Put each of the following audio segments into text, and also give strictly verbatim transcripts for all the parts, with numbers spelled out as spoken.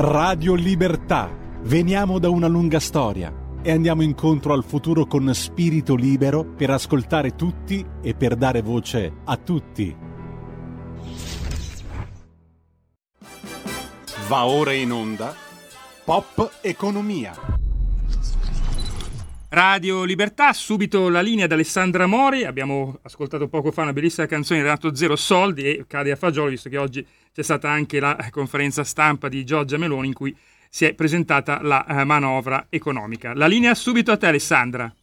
Radio Libertà. Veniamo da una lunga storia e andiamo incontro al futuro con spirito libero per ascoltare tutti e per dare voce a tutti. Va ora in onda Pop Economia. Radio Libertà, subito la linea da Alessandra Mori. Abbiamo ascoltato poco fa una bellissima canzone di Renato Zero, Soldi, e cade a fagiolo visto che oggi c'è stata anche la conferenza stampa di Giorgia Meloni in cui si è presentata la uh, manovra economica. La linea subito a te, Alessandra.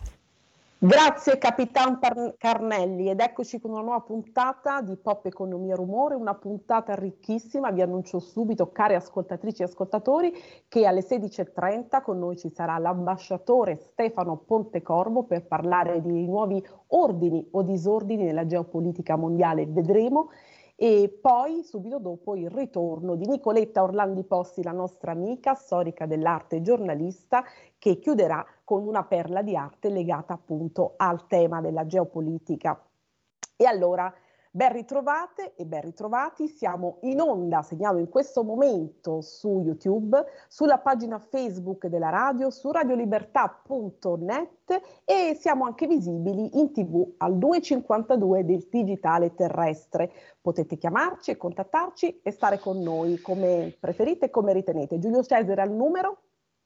Grazie Capitan Carnelli, ed eccoci con una nuova puntata di Pop Economia Rumore, una puntata ricchissima. Vi annuncio subito, cari ascoltatrici e ascoltatori, che alle sedici e trenta con noi ci sarà l'ambasciatore Stefano Pontecorvo per parlare di nuovi ordini o disordini nella geopolitica mondiale, vedremo. E poi subito dopo il ritorno di Nicoletta Orlandi Possi, la nostra amica storica dell'arte e giornalista, che chiuderà con una perla di arte legata appunto al tema della geopolitica. E allora, ben ritrovate e ben ritrovati, siamo in onda, segnalo in questo momento, su YouTube, sulla pagina Facebook della radio, su radiolibertà punto net, e siamo anche visibili in tv al duecentocinquantadue del digitale terrestre. Potete chiamarci e contattarci e stare con noi come preferite e come ritenete. Giulio Cesare al numero?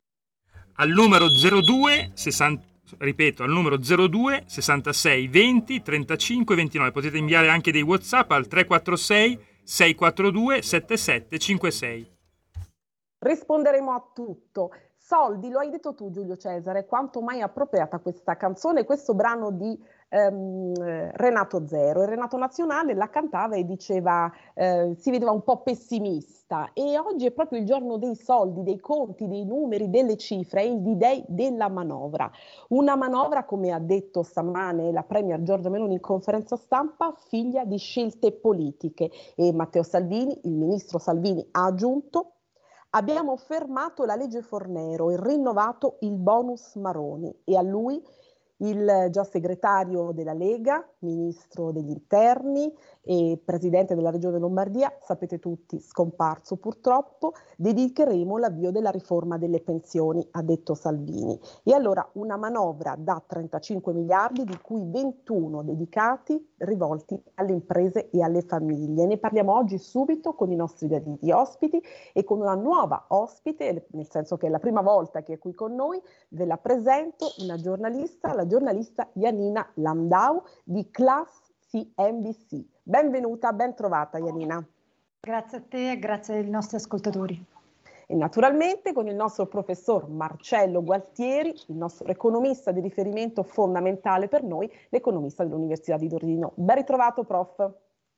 Al numero zero due sessanta, ripeto, al numero zero due sessantasei venti trentacinque ventinove. Potete inviare anche dei WhatsApp al tre quattro sei sei quattro due sette sette cinque sei. Risponderemo a tutto. Soldi, lo hai detto tu Giulio Cesare, quanto mai appropriata questa canzone, questo brano di ehm, Renato Zero. Il Renato Nazionale la cantava e diceva, eh, si vedeva un po' pessimista, e oggi è proprio il giorno dei soldi, dei conti, dei numeri, delle cifre, è il D-Day della manovra. Una manovra, come ha detto stamane la Premier Giorgia Meloni in conferenza stampa, figlia di scelte politiche, e Matteo Salvini, il ministro Salvini, ha aggiunto: abbiamo fermato la legge Fornero e rinnovato il bonus Maroni, e a lui il già segretario della Lega, ministro degli interni e presidente della regione Lombardia, sapete tutti, scomparso purtroppo, dedicheremo l'avvio della riforma delle pensioni, ha detto Salvini. E allora una manovra da trentacinque miliardi, di cui ventuno dedicati, rivolti alle imprese e alle famiglie. Ne parliamo oggi subito con i nostri graditi ospiti e con una nuova ospite, nel senso che è la prima volta che è qui con noi. Ve la presento, una giornalista, la giornalista Janina Landau di Class C N B C. Benvenuta, ben trovata Janina. Grazie a te e grazie ai nostri ascoltatori. E naturalmente con il nostro professor Marcello Gualtieri, il nostro economista di riferimento fondamentale per noi, l'economista dell'Università di Torino. Ben ritrovato, prof.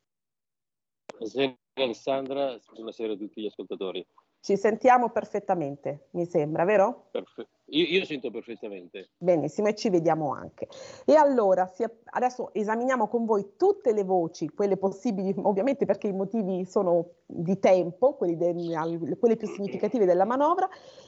Buonasera Alessandra, buonasera a tutti gli ascoltatori. Ci sentiamo perfettamente, mi sembra, vero? Perfe- io, io sento perfettamente. Benissimo, e ci vediamo anche. E allora, si, adesso esaminiamo con voi tutte le voci, quelle possibili, ovviamente perché i motivi sono di tempo, quelli del, quelle più significative della manovra,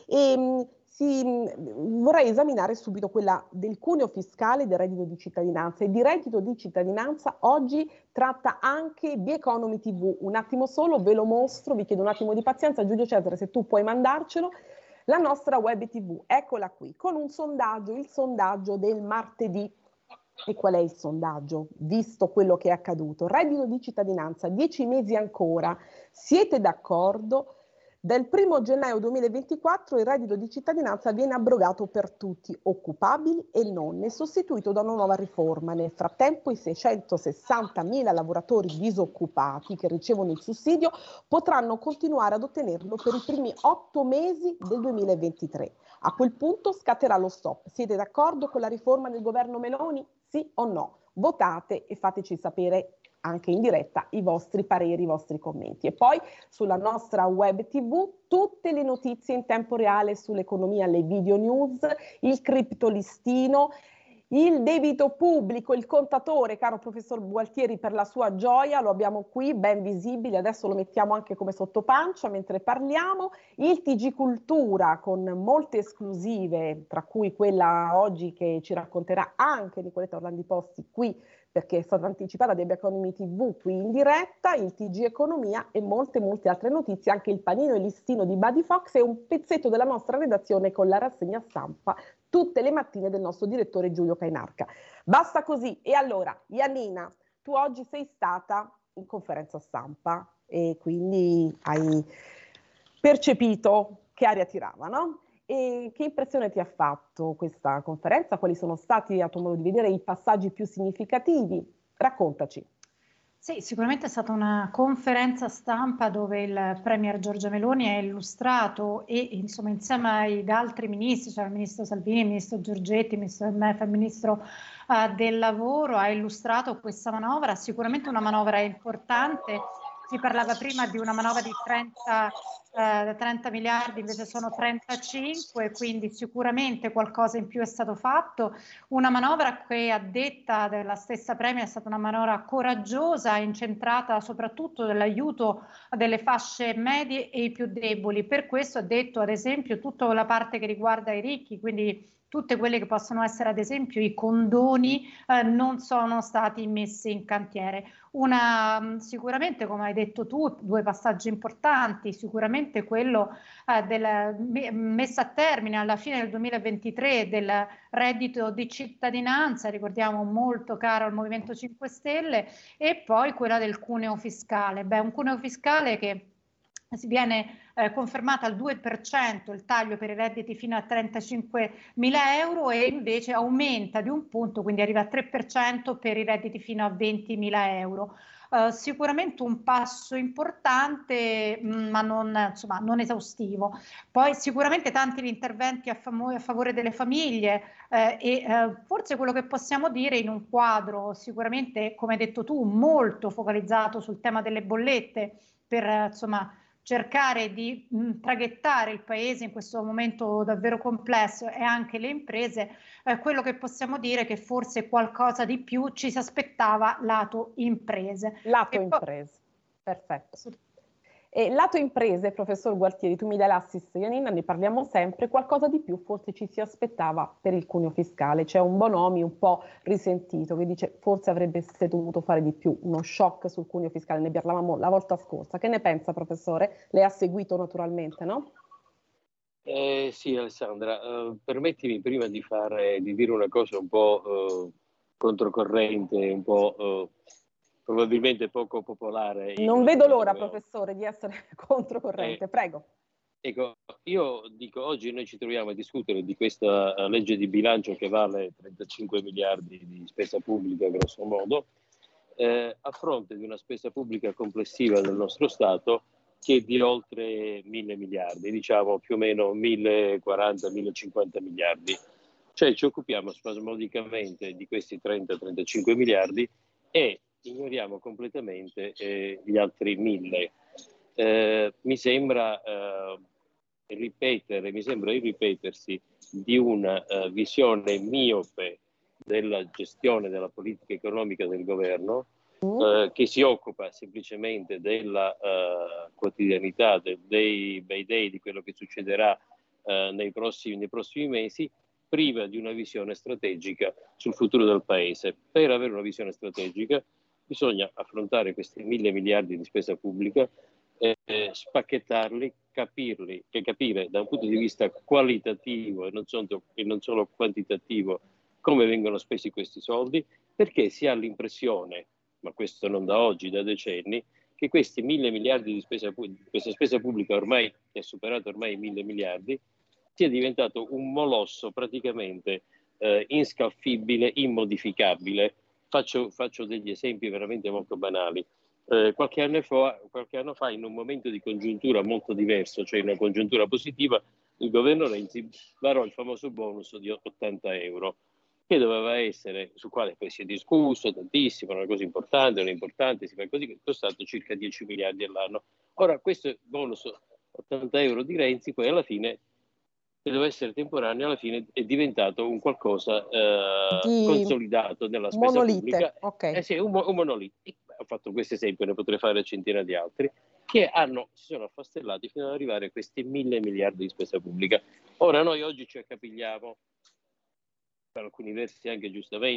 e si, vorrei esaminare subito quella del cuneo fiscale del reddito di cittadinanza. E di reddito di cittadinanza oggi tratta anche The Economy tivù. Un attimo solo, ve lo mostro, vi chiedo un attimo di pazienza. Giulio Cesare, se tu puoi mandarcelo. La nostra web tivù, eccola qui, con un sondaggio, il sondaggio del martedì. E qual è il sondaggio? Visto quello che è accaduto. Reddito di cittadinanza, dieci mesi ancora. Siete d'accordo? Dal primo gennaio duemilaventiquattro il reddito di cittadinanza viene abrogato per tutti, occupabili e non, e sostituito da una nuova riforma. Nel frattempo i seicentosessantamila lavoratori disoccupati che ricevono il sussidio potranno continuare ad ottenerlo per i primi otto mesi del duemilaventitré. A quel punto scatterà lo stop. Siete d'accordo con la riforma del governo Meloni? Sì o no? Votate e fateci sapere anche in diretta i vostri pareri, i vostri commenti. E poi sulla nostra web tivù tutte le notizie in tempo reale sull'economia, le video news, il criptolistino, il debito pubblico, il contatore, caro professor Gualtieri, per la sua gioia, lo abbiamo qui ben visibile, adesso lo mettiamo anche come sottopancia mentre parliamo, il T G Cultura con molte esclusive, tra cui quella oggi che ci racconterà anche Nicoletta Orlandi Posti qui perché è stata anticipata da Economy tivù qui in diretta, il T G Economia e molte molte altre notizie, anche il panino e listino di Buddy Fox e un pezzetto della nostra redazione con la rassegna stampa tutte le mattine del nostro direttore Giulio Cainarca. Basta così. E allora, Janina, tu oggi sei stata in conferenza stampa e quindi hai percepito che aria tirava, no? E che impressione ti ha fatto questa conferenza? Quali sono stati, a tuo modo di vedere, i passaggi più significativi? Raccontaci. Sì, sicuramente è stata una conferenza stampa dove il Premier Giorgia Meloni ha illustrato e insomma insieme ad altri ministri, cioè il ministro Salvini, il ministro Giorgetti, il ministro del M E F, il ministro uh, del Lavoro, ha illustrato questa manovra, sicuramente una manovra importante. Si parlava prima di una manovra di trenta, eh, trenta miliardi, invece sono trentacinque, quindi sicuramente qualcosa in più è stato fatto. Una manovra che, a detta della stessa Premier, è stata una manovra coraggiosa, incentrata soprattutto nell'aiuto delle fasce medie e i più deboli. Per questo ha detto, ad esempio, tutta la parte che riguarda i ricchi, quindi tutte quelle che possono essere ad esempio i condoni, eh, non sono stati messi in cantiere. Una, sicuramente, come hai detto tu, due passaggi importanti, sicuramente quello eh, della messa a termine alla fine del duemilaventitré del reddito di cittadinanza, ricordiamo molto caro al Movimento cinque Stelle, e poi quella del cuneo fiscale. Beh, un cuneo fiscale che si viene eh, confermata al due per cento il taglio per i redditi fino a trentacinquemila euro e invece aumenta di un punto, quindi arriva a tre per cento per i redditi fino a ventimila euro. Uh, sicuramente un passo importante, mh, ma non, insomma, non esaustivo. Poi sicuramente tanti gli interventi a, famo- a favore delle famiglie eh, e eh, forse quello che possiamo dire in un quadro sicuramente, come hai detto tu, molto focalizzato sul tema delle bollette per eh, insomma cercare di mh, traghettare il paese in questo momento davvero complesso e anche le imprese, eh, quello che possiamo dire è che forse qualcosa di più ci si aspettava lato imprese. Lato e imprese, poi... perfetto. E lato imprese, professor Gualtieri, tu mi dai l'assist, Janina, ne parliamo sempre, qualcosa di più forse ci si aspettava per il cuneo fiscale. C'è un Bonomi un po' risentito che dice forse avreste dovuto fare di più, uno shock sul cuneo fiscale, ne parlavamo la volta scorsa. Che ne pensa, professore? Lei ha seguito naturalmente, no? Eh, sì, Alessandra, eh, permettimi prima di, fare, di dire una cosa un po' eh, controcorrente, un po' eh, probabilmente poco popolare. Non vedo l'ora, professore, di essere controcorrente, eh, prego. Ecco, io dico, oggi noi ci troviamo a discutere di questa uh, legge di bilancio che vale trentacinque miliardi di spesa pubblica, grosso modo, eh, a fronte di una spesa pubblica complessiva del nostro Stato che è di oltre mille miliardi, diciamo più o meno millequaranta millecinquanta miliardi. Cioè ci occupiamo spasmodicamente di questi trenta trentacinque miliardi e ignoriamo completamente eh, gli altri mille. Eh, mi sembra eh, ripetere, mi sembra il ripetersi di una uh, visione miope della gestione della politica economica del governo, uh, che si occupa semplicemente della uh, quotidianità, de- dei bei day, di quello che succederà uh, nei prossimi, nei prossimi mesi, priva di una visione strategica sul futuro del Paese. Per avere una visione strategica bisogna affrontare questi mille miliardi di spesa pubblica, eh, spacchettarli, capirli, che capire da un punto di vista qualitativo e non, solo, e non solo quantitativo come vengono spesi questi soldi, perché si ha l'impressione, ma questo non da oggi, da decenni, che questi mille miliardi di spesa, questa spesa pubblica ormai è superata ormai i mille miliardi, sia diventato un molosso praticamente eh, inscalfibile, immodificabile. Faccio, faccio degli esempi veramente molto banali. Eh, qualche, anno fa, qualche anno fa, in un momento di congiuntura molto diverso, cioè in una congiuntura positiva, il governo Renzi varò il famoso bonus di ottanta euro, che doveva essere, sul quale poi si è discusso tantissimo, è una cosa importante, non è importante, si fa così, che è costato circa dieci miliardi all'anno. Ora, questo bonus ottanta euro di Renzi, poi alla fine, che doveva essere temporaneo, alla fine è diventato un qualcosa eh, Di consolidato nella spesa monolite, pubblica. okay. Eh sì, un, un monolite. Ho fatto questo esempio, ne potrei fare centinaia di altri, che hanno, si sono affastellati fino ad arrivare a questi mille miliardi di spesa pubblica. Ora noi oggi ci accapigliamo, per alcuni versi anche giustamente,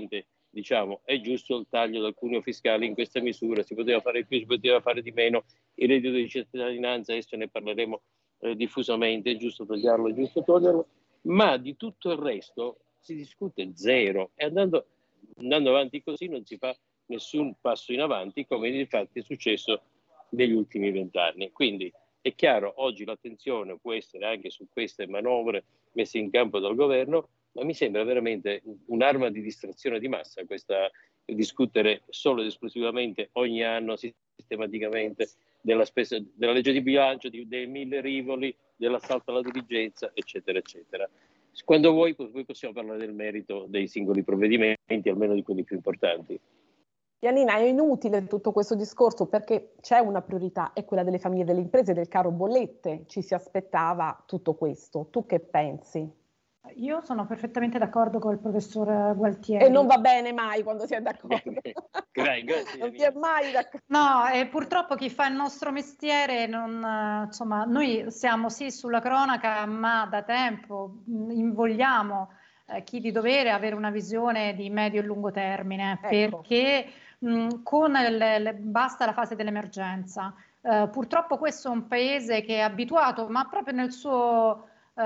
diciamo è giusto il taglio del cuneo fiscale in questa misura, si poteva fare di più, si poteva fare di meno, il reddito di cittadinanza, adesso ne parleremo eh, diffusamente, è giusto tagliarlo, è giusto toglierlo, ma di tutto il resto si discute zero, e andando, andando avanti così non si fa nessun passo in avanti, come infatti è successo negli ultimi vent'anni. Quindi è chiaro, oggi l'attenzione può essere anche su queste manovre messe in campo dal governo, ma mi sembra veramente un'arma di distrazione di massa questa, discutere solo ed esclusivamente ogni anno sistematicamente della spesa, della legge di bilancio, di, dei mille rivoli, dell'assalto alla diligenza, eccetera, eccetera. Quando vuoi, poi possiamo parlare del merito dei singoli provvedimenti, almeno di quelli più importanti. Janina, è inutile tutto questo discorso perché c'è una priorità, è quella delle famiglie e delle imprese, del caro bollette. Ci si aspettava tutto questo. Tu che pensi? Io sono perfettamente d'accordo con il professor Gualtieri. E non va bene mai quando si è d'accordo. Grazie, non si è mai d'accordo. No, e purtroppo chi fa il nostro mestiere, non, insomma, noi siamo sì sulla cronaca, ma da tempo invogliamo eh, chi di dovere avere una visione di medio e lungo termine, ecco. Perché mh, con le, le, basta la fase dell'emergenza. Uh, purtroppo questo è un paese che è abituato, ma proprio nel suo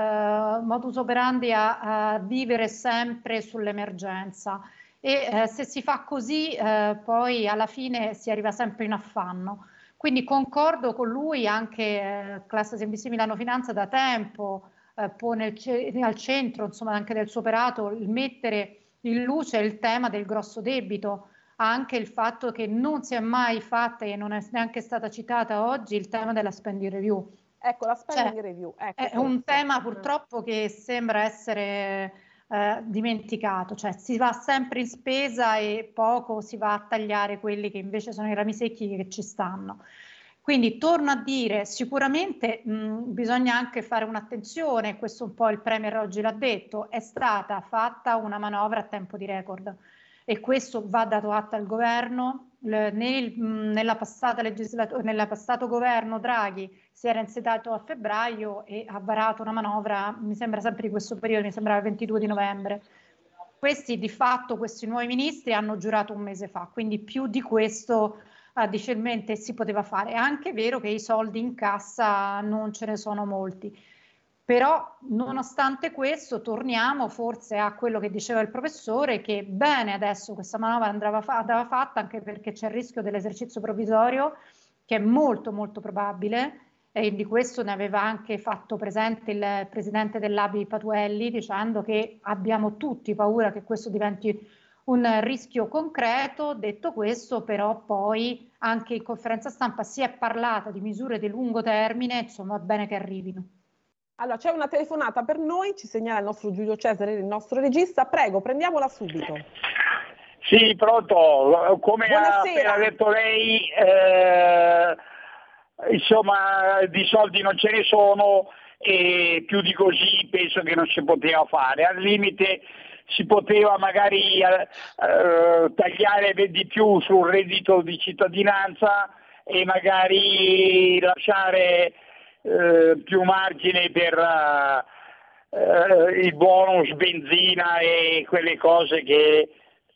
Uh, modus operandi a, a vivere sempre sull'emergenza, e uh, se si fa così uh, poi alla fine si arriva sempre in affanno. Quindi concordo con lui, anche uh, Classe S M B C Milano Finanza da tempo uh, pone il, al centro, insomma, anche del suo operato, il mettere in luce il tema del grosso debito, anche il fatto che non si è mai fatta e non è neanche stata citata oggi il tema della spending review. Ecco, la spending cioè, review. Ecco è questo. Un tema purtroppo che sembra essere eh, dimenticato, cioè si va sempre in spesa e poco si va a tagliare quelli che invece sono i rami secchi che ci stanno. Quindi torno a dire, sicuramente mh, bisogna anche fare un'attenzione, questo un po' il Premier oggi l'ha detto, è stata fatta una manovra a tempo di record e questo va dato atto al governo. Nel, nella passata legislatura, nel passato governo Draghi si era insediato a febbraio e ha varato una manovra, mi sembra sempre di questo periodo, mi sembra il ventidue di novembre. Questi di fatto, questi nuovi ministri hanno giurato un mese fa, quindi più di questo eh, difficilmente si poteva fare. È anche vero che i soldi in cassa non ce ne sono molti. Però nonostante questo torniamo forse a quello che diceva il professore, che bene adesso questa manovra andava, fa- andava fatta, anche perché c'è il rischio dell'esercizio provvisorio che è molto molto probabile, e di questo ne aveva anche fatto presente il presidente dell'A B I Patuelli, dicendo che abbiamo tutti paura che questo diventi un rischio concreto. Detto questo, però poi anche in conferenza stampa si è parlato di misure di lungo termine, insomma è bene che arrivino. Allora, c'è una telefonata per noi, ci segnala il nostro Giulio Cesare, il nostro regista. Prego, prendiamola subito. Sì, pronto. Come Buonasera. ha appena detto lei, eh, insomma, di soldi non ce ne sono e più di così penso che non si poteva fare. Al limite si poteva magari eh, eh, tagliare di più sul reddito di cittadinanza e magari lasciare Eh, più margine per uh, uh, il bonus benzina e quelle cose che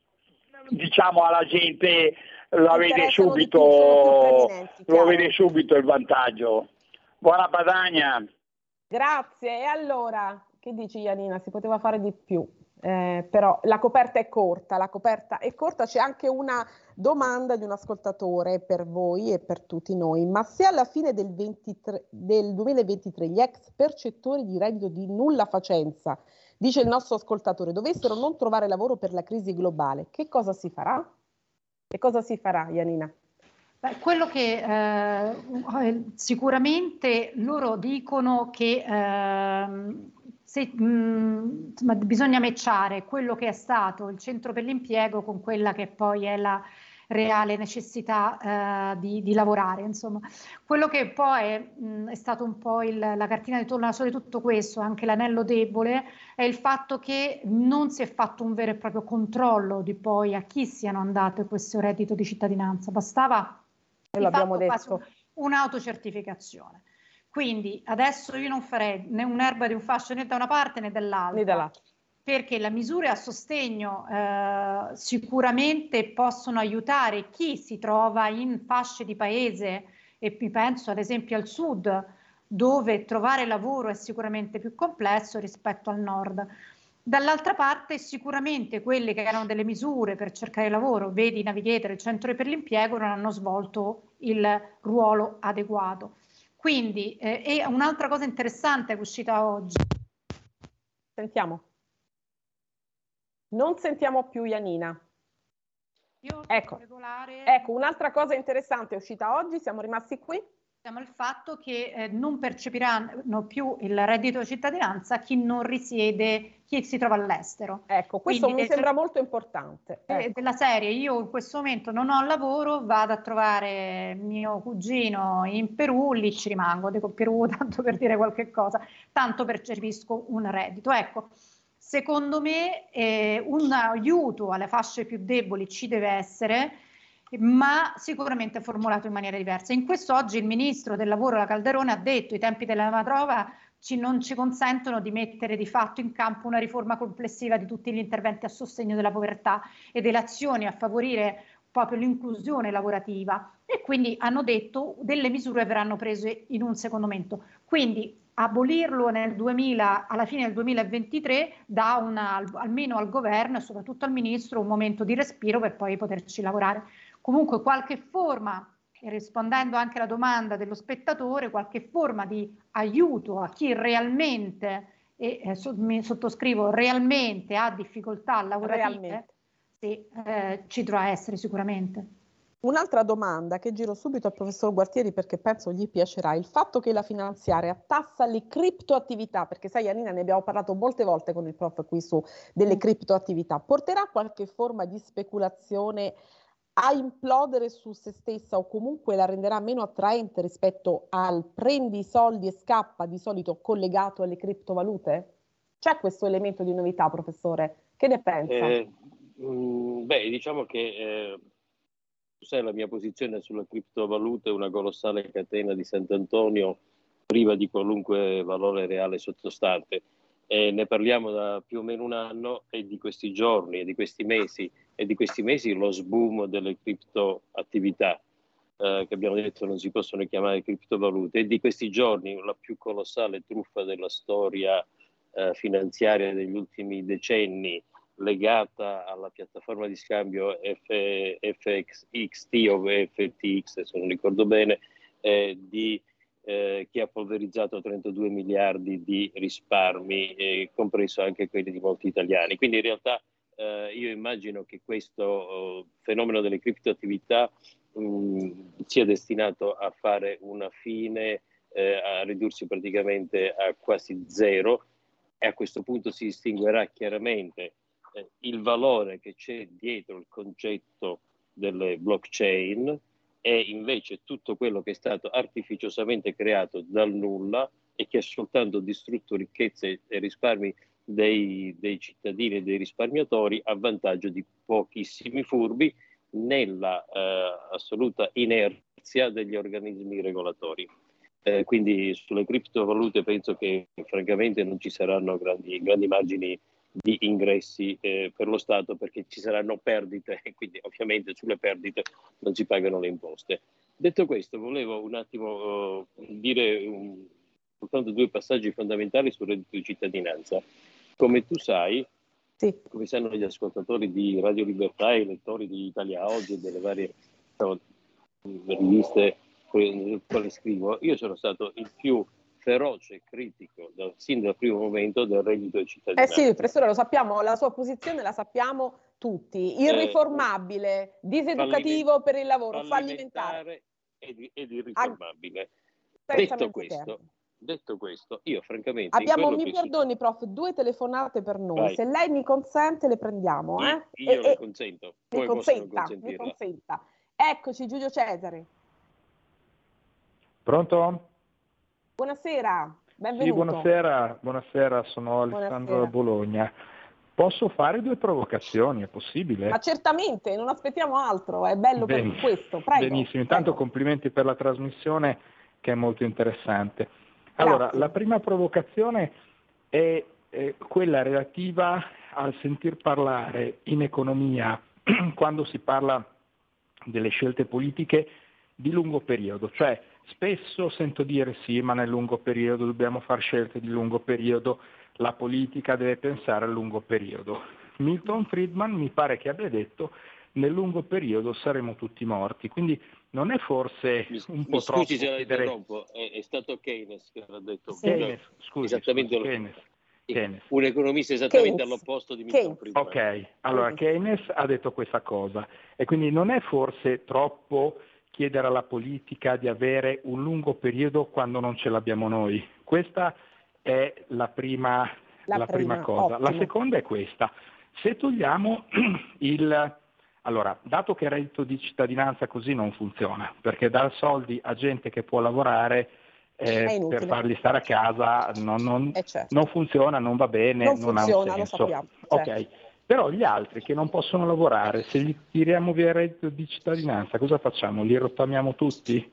diciamo alla gente la vede subito, lo vede subito il vantaggio. Buona Padania. Grazie. E allora, che dici Janina? Si poteva fare di più, eh, però la coperta è corta, la coperta è corta. C'è anche una domanda di un ascoltatore per voi e per tutti noi: ma se alla fine del, ventitré, del duemilaventitré gli ex percettori di reddito di nulla facenza, dice il nostro ascoltatore, dovessero non trovare lavoro per la crisi globale, che cosa si farà? Che cosa si farà, Janina? Beh, quello che eh, sicuramente loro dicono che eh, se, mh, insomma, bisogna matchare quello che è stato il centro per l'impiego con quella che poi è la reale necessità eh, di, di lavorare. Insomma, quello che poi è, mh, è stato un po' il, la cartina di tornasole di tutto questo, anche l'anello debole, è il fatto che non si è fatto un vero e proprio controllo di poi a chi siano andate questo reddito di cittadinanza. Bastava Noi l'abbiamo detto. un'autocertificazione. Quindi adesso io non farei né un'erba di un fascio né da una parte né dall'altra. Né dall'altra. perché le misure a sostegno eh, sicuramente possono aiutare chi si trova in fasce di paese, e mi penso ad esempio al sud, dove trovare lavoro è sicuramente più complesso rispetto al nord. Dall'altra parte sicuramente quelle che erano delle misure per cercare lavoro, vedi Navigator, il centro per l'impiego, non hanno svolto il ruolo adeguato. Quindi, eh, e un'altra cosa interessante che è uscita oggi. Sentiamo. Non sentiamo più Janina. Io ecco, regolare... ecco, un'altra cosa interessante è uscita oggi, siamo rimasti qui. Siamo il fatto che eh, non percepiranno più il reddito di cittadinanza chi non risiede, chi si trova all'estero. Ecco, questo Quindi, mi sembra molto importante. Ecco. Della serie, io in questo momento non ho lavoro, vado a trovare mio cugino in Perù, lì ci rimango, dico Perù tanto per dire qualche cosa, tanto percepisco un reddito. Ecco, secondo me eh, un aiuto alle fasce più deboli ci deve essere, ma sicuramente formulato in maniera diversa. In questo oggi il ministro del lavoro, la Calderone, ha detto i tempi della manovra ci, non ci consentono di mettere di fatto in campo una riforma complessiva di tutti gli interventi a sostegno della povertà e delle azioni a favorire proprio l'inclusione lavorativa, e quindi hanno detto delle misure verranno prese in un secondo momento. Quindi abolirlo nel duemila, alla fine del duemilaventitré dà una, almeno al governo e soprattutto al ministro un momento di respiro per poi poterci lavorare. Comunque qualche forma, e rispondendo anche alla domanda dello spettatore, qualche forma di aiuto a chi realmente, e eh, so, mi sottoscrivo, realmente ha difficoltà lavorative, sì, eh, ci dovrà essere sicuramente. Un'altra domanda che giro subito al professor Gualtieri perché penso gli piacerà: il fatto che la finanziaria tassa le criptoattività, perché sai Janina, ne abbiamo parlato molte volte con il prof qui su delle mm. criptoattività, porterà qualche forma di speculazione a implodere su se stessa o comunque la renderà meno attraente rispetto al prendi i soldi e scappa di solito collegato alle criptovalute? C'è questo elemento di novità, professore? Che ne pensa? Eh, mh, beh, diciamo che eh, sai, la mia posizione sulla criptovalute è una colossale catena di Sant'Antonio priva di qualunque valore reale sottostante. E ne parliamo da più o meno un anno, e di questi giorni e di questi mesi e di questi mesi lo sboom delle criptoattività eh, che abbiamo detto non si possono chiamare criptovalute, e di questi giorni la più colossale truffa della storia eh, finanziaria degli ultimi decenni, legata alla piattaforma di scambio F, F X T o F T X, se non ricordo bene, eh, di Eh, che ha polverizzato trentadue miliardi di risparmi, eh, compreso anche quelli di molti italiani. Quindi in realtà eh, io immagino che questo oh, fenomeno delle criptoattività mh, sia destinato a fare una fine, eh, a ridursi praticamente a quasi zero, e a questo punto si distinguerà chiaramente eh, il valore che c'è dietro il concetto delle blockchain, e invece tutto quello che è stato artificiosamente creato dal nulla e che ha soltanto distrutto ricchezze e risparmi dei, dei cittadini e dei risparmiatori a vantaggio di pochissimi furbi, nella eh, assoluta inerzia degli organismi regolatori. Eh, quindi sulle criptovalute penso che francamente non ci saranno grandi, grandi margini di ingressi eh, per lo Stato, perché ci saranno perdite e quindi ovviamente sulle perdite non si pagano le imposte. Detto questo, volevo un attimo uh, dire un, soltanto due passaggi fondamentali sul reddito di cittadinanza. Come tu sai, sì. come sanno gli ascoltatori di Radio Libertà e i lettori di Italia Oggi e delle varie no, riviste nelle quali scrivo, io sono stato il più feroce critico dal, sin dal primo momento del reddito di cittadinanza. Eh sì, professore, lo sappiamo, la sua posizione la sappiamo tutti, irriformabile, eh, diseducativo per il lavoro, fallimentare ed, ed irriformabile. Ah, detto questo, detto questo, io francamente... Abbiamo, mi perdoni si... prof, due telefonate per noi, Vai. Se lei mi consente le prendiamo. Io, eh? io e, le consento, poi mi consenta, possono consentirla. Mi consenta. Eccoci Giulio Cesari. Pronto? Buonasera, benvenuto. Sì, buonasera, buonasera, sono Alessandro da Bologna. Posso fare due provocazioni, è possibile? Ma certamente, non aspettiamo altro, è bello per questo. Prego. Benissimo, intanto prego. Complimenti per la trasmissione che è molto interessante. Allora, Grazie. la prima provocazione è eh, quella relativa al sentir parlare in economia, quando si parla delle scelte politiche di lungo periodo, cioè spesso sento dire sì, ma nel lungo periodo dobbiamo fare scelte di lungo periodo, la politica deve pensare a lungo periodo. Milton Friedman mi pare che abbia detto nel lungo periodo saremo tutti morti, quindi non è forse un po' mi troppo scusi se la chiedere... interrompo, è, è stato Keynes che l'ha detto. Sì. Keynes, scusi, esattamente scusi, lo- Keynes. Keynes. un economista esattamente Keynes. all'opposto di Milton Keynes. Friedman. Ok, allora Keynes ha detto questa cosa e quindi non è forse troppo chiedere alla politica di avere un lungo periodo quando non ce l'abbiamo noi. Questa è la prima, La la prima prima, cosa. ottimo. La seconda è questa. Se togliamo il... Allora, dato che il reddito di cittadinanza così non funziona, perché dar soldi a gente che può lavorare È eh, inutile. per farli stare a casa non, non- Eh, certo. non funziona, non va bene, Non non, funziona, ha lo un senso. sappiamo, Ok, certo. però gli altri che non possono lavorare, se gli tiriamo via il reddito di cittadinanza, cosa facciamo? Li rottamiamo tutti?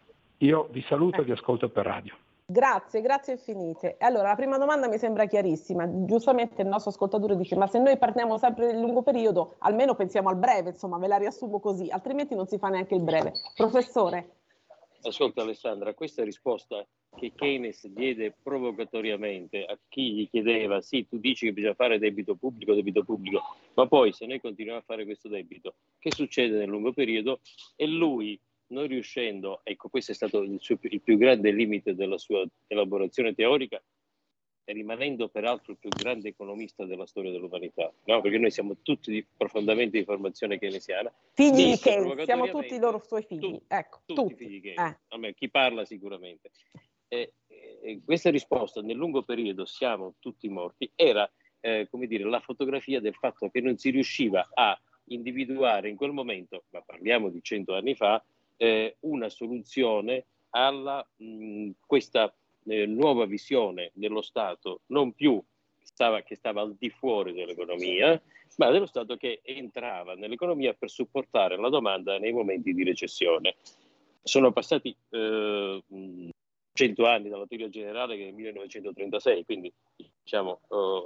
Io vi saluto e Eh. vi ascolto per radio. Grazie, grazie infinite. Allora, la prima domanda mi sembra chiarissima. Giustamente il nostro ascoltatore dice, ma se noi partiamo sempre nel lungo periodo, almeno pensiamo al breve, insomma, ve la riassumo così, altrimenti non si fa neanche il breve. Professore. Ascolta Alessandra, questa risposta che Keynes diede provocatoriamente a chi gli chiedeva sì, tu dici che bisogna fare debito pubblico, debito pubblico, ma poi se noi continuiamo a fare questo debito, che succede nel lungo periodo? E lui, non riuscendo, ecco questo è stato il, suo, il più grande limite della sua elaborazione teorica, e rimanendo peraltro il più grande economista della storia dell'umanità, no? Perché noi siamo tutti di, profondamente di formazione keynesiana. Figli di disse Keynes, siamo tutti i loro suoi figli. tutti, Ecco, tutti, tutti. figli di Keynes. Eh. A me, chi parla sicuramente. E, e, questa risposta nel lungo periodo siamo tutti morti era eh, come dire, la fotografia del fatto che non si riusciva a individuare in quel momento, ma parliamo di cento anni fa, eh, una soluzione alla mh, questa eh, nuova visione dello Stato, non più stava, che stava al di fuori dell'economia, ma dello Stato che entrava nell'economia per supportare la domanda nei momenti di recessione. Sono passati eh, cento anni dalla teoria generale che è nel millenovecentotrentasei, quindi diciamo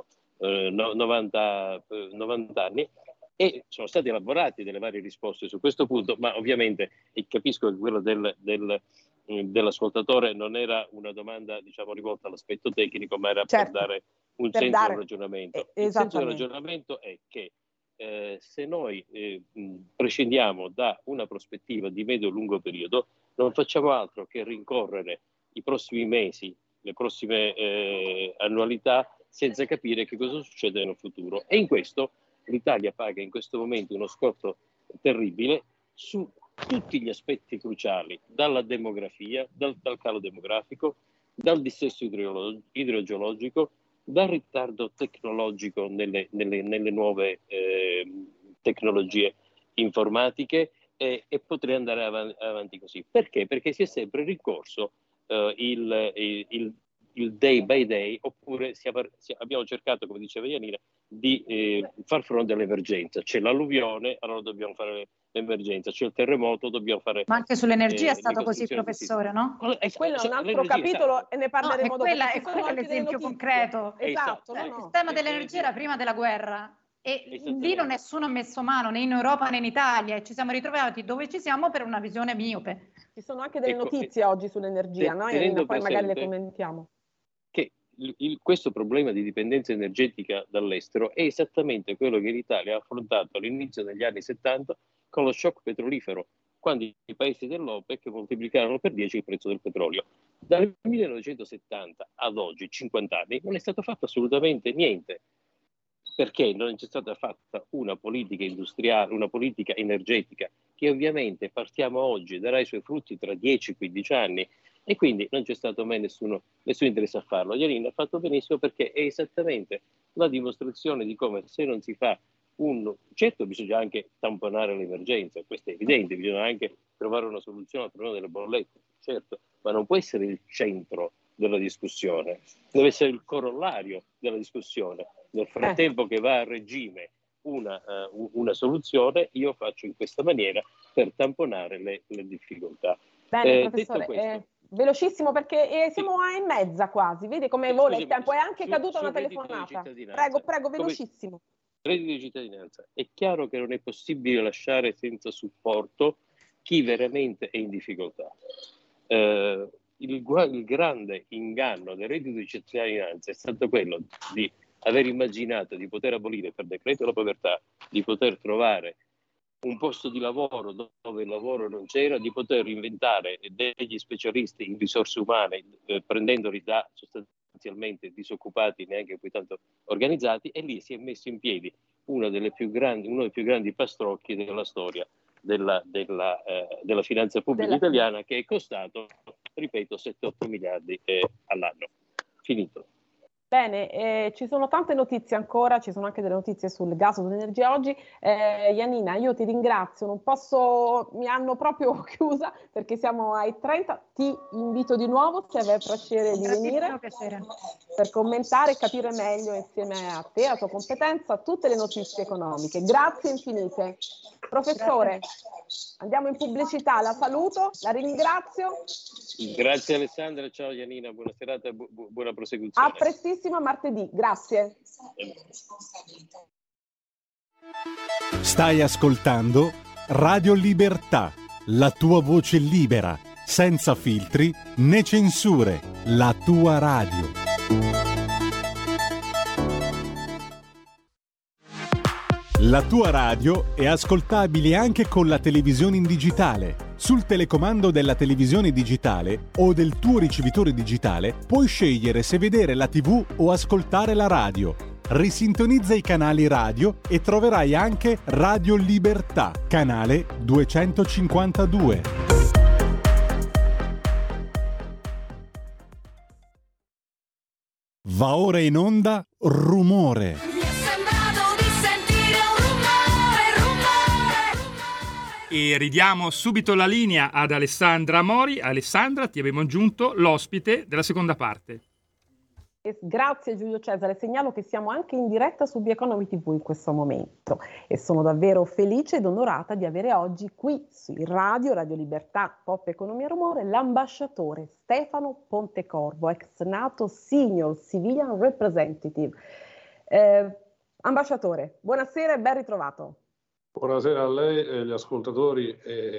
eh, novanta, novanta anni, e sono stati elaborati delle varie risposte su questo punto, ma ovviamente e capisco che quello del, del, dell'ascoltatore non era una domanda diciamo rivolta all'aspetto tecnico, ma era certo, per dare un per senso dare, del ragionamento. Eh, il senso del ragionamento è che eh, se noi eh, prescindiamo da una prospettiva di medio-lungo periodo, non facciamo altro che rincorrere i prossimi mesi, le prossime eh, annualità, senza capire che cosa succede nel futuro. E in questo l'Italia paga in questo momento uno scotto terribile su tutti gli aspetti cruciali, dalla demografia, dal, dal calo demografico, dal dissesto idro- idrogeologico, dal ritardo tecnologico nelle, nelle, nelle nuove eh, tecnologie informatiche eh, e potrei andare avanti, avanti così. Perché? Perché si è sempre ricorso eh, il, il, il day by day, oppure si, si, abbiamo cercato, come diceva Janina, di eh, far fronte all'emergenza. C'è l'alluvione, allora dobbiamo fare l'emergenza, c'è il terremoto, dobbiamo fare... Ma anche sull'energia eh, è stato così, professore, no? E quello è un altro capitolo e ne parleremo no, dopo. Quella, è quello l'esempio concreto. Esatto. Cioè, no, no. Il tema dell'energia era prima della guerra e lì non nessuno ha messo mano né in Europa né in Italia e ci siamo ritrovati dove ci siamo per una visione miope. Ci sono anche delle ecco, notizie oggi sull'energia, no? E poi magari le commentiamo. Che il, il, questo problema di dipendenza energetica dall'estero è esattamente quello che l'Italia ha affrontato all'inizio degli anni settanta con lo shock petrolifero, quando i paesi dell'OPEC moltiplicarono per dieci il prezzo del petrolio. Dal millenovecentosettanta ad oggi, cinquanta anni, non è stato fatto assolutamente niente, perché non c'è stata fatta una politica industriale, una politica energetica, che ovviamente partiamo oggi, darà i suoi frutti tra dieci quindici anni, e quindi non c'è stato mai nessuno, nessun interesse a farlo. Janina ha fatto benissimo perché è esattamente la dimostrazione di come se non si fa un... Certo bisogna anche tamponare l'emergenza, questo è evidente, bisogna anche trovare una soluzione al problema delle bollette, certo, ma non può essere il centro della discussione, deve essere il corollario della discussione. Nel frattempo che va a regime una, uh, una soluzione, io faccio in questa maniera per tamponare le, le difficoltà. Bene, eh, professore, detto questo, eh, velocissimo perché eh, siamo a e mezza quasi, vedi come vola il tempo, è anche su, caduta su una telefonata. Prego, prego, velocissimo. Reddito di cittadinanza. È chiaro che non è possibile lasciare senza supporto chi veramente è in difficoltà. Eh, il, il grande inganno del reddito di cittadinanza è stato quello di aver immaginato di poter abolire per decreto la povertà, di poter trovare un posto di lavoro dove il lavoro non c'era, di poter inventare degli specialisti in risorse umane, eh, prendendoli da sostanzialmente disoccupati, neanche poi tanto organizzati, e lì si è messo in piedi una delle più grandi, uno dei più grandi pastrocchi della storia della, della, eh, della finanza pubblica della italiana, che è costato, ripeto, sette otto miliardi eh, all'anno. Finito. Bene, eh, ci sono tante notizie ancora, ci sono anche delle notizie sul gas, sull'energia oggi. Eh, Janina, io ti ringrazio, non posso, mi hanno proprio chiusa perché siamo ai trenta, ti invito di nuovo se avrai piacere di venire piacere. per commentare e capire meglio insieme a te, alla tua competenza, tutte le notizie economiche. Grazie infinite. Professore, grazie. Andiamo in pubblicità, la saluto, la ringrazio. Grazie Alessandra, ciao Janina, buona serata e bu- bu- buona prosecuzione. A prestissimo martedì, grazie. Stai ascoltando Radio Libertà, la tua voce libera, senza filtri né censure, la tua radio. La tua radio è ascoltabile anche con la televisione in digitale. Sul telecomando della televisione digitale o del tuo ricevitore digitale puoi scegliere se vedere la tivù o ascoltare la radio. Risintonizza i canali radio e troverai anche Radio Libertà, canale duecentocinquantadue. Va ora in onda Rumore. E ridiamo subito la linea ad Alessandra Mori. Alessandra, ti abbiamo aggiunto l'ospite della seconda parte. Grazie Giulio Cesare, segnalo che siamo anche in diretta su Be Economy tivù in questo momento e sono davvero felice ed onorata di avere oggi qui su Radio, Radio Libertà, Pop Economia Rumore, l'ambasciatore Stefano Pontecorvo, ex NATO Senior Civilian Representative. Eh, ambasciatore, buonasera e ben ritrovato. Buonasera a lei e agli ascoltatori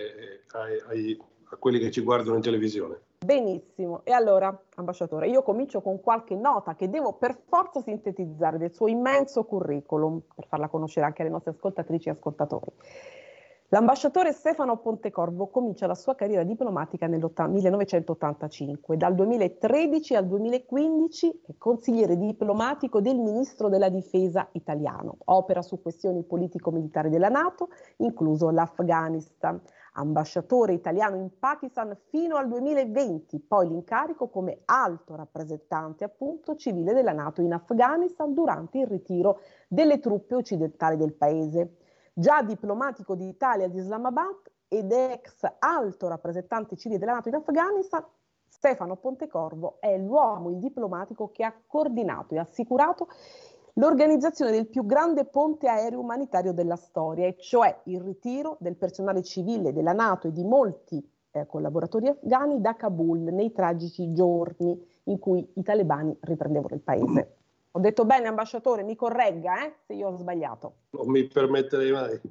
e ai, ai, a quelli che ci guardano in televisione. Benissimo, e allora ambasciatore, io comincio con qualche nota che devo per forza sintetizzare del suo immenso curriculum per farla conoscere anche alle nostre ascoltatrici e ascoltatori. L'ambasciatore Stefano Pontecorvo comincia la sua carriera diplomatica nel millenovecentottantacinque. Dal duemilatredici al duemilaquindici è consigliere diplomatico del ministro della difesa italiano. Opera su questioni politico-militari della NATO, incluso l'Afghanistan. Ambasciatore italiano in Pakistan fino al duemilaventi, poi l'incarico come alto rappresentante appunto civile della NATO in Afghanistan durante il ritiro delle truppe occidentali del paese. Già diplomatico d'Italia ad Islamabad ed ex alto rappresentante civile della NATO in Afghanistan, Stefano Pontecorvo è l'uomo, il diplomatico che ha coordinato e assicurato l'organizzazione del più grande ponte aereo umanitario della storia, e cioè il ritiro del personale civile della NATO e di molti eh, collaboratori afghani da Kabul nei tragici giorni in cui i talebani riprendevano il paese. Ho detto bene, ambasciatore, mi corregga eh, se io ho sbagliato. Non mi permetterei mai.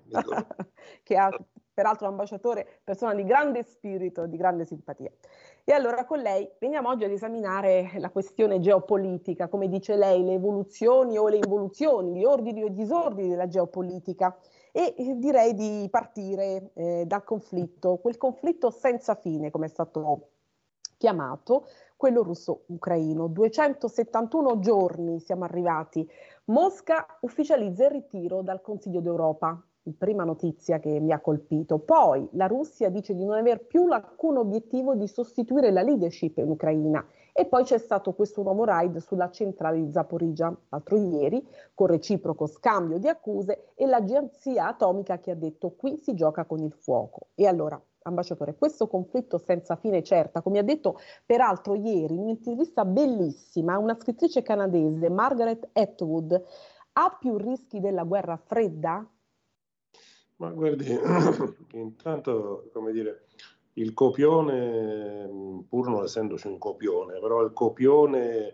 Che ha peraltro ambasciatore, persona di grande spirito, di grande simpatia. E allora con lei veniamo oggi ad esaminare la questione geopolitica, come dice lei, le evoluzioni o le involuzioni, gli ordini o i disordini della geopolitica. E eh, direi di partire eh, dal conflitto, quel conflitto senza fine, come è stato chiamato, quello russo-ucraino. duecentosettantuno giorni siamo arrivati. Mosca ufficializza il ritiro dal Consiglio d'Europa. Prima notizia che mi ha colpito. Poi la Russia dice di non aver più alcun obiettivo di sostituire la leadership in Ucraina. E poi c'è stato questo nuovo raid sulla centrale di Zaporizhzhia, l'altro ieri, con reciproco scambio di accuse e l'agenzia atomica che ha detto qui si gioca con il fuoco. E allora, ambasciatore, questo conflitto senza fine certa, come ha detto peraltro ieri in un'intervista bellissima una scrittrice canadese, Margaret Atwood, ha più rischi della guerra fredda? Ma guardi, intanto, come dire, il copione, pur non essendoci un copione, però il copione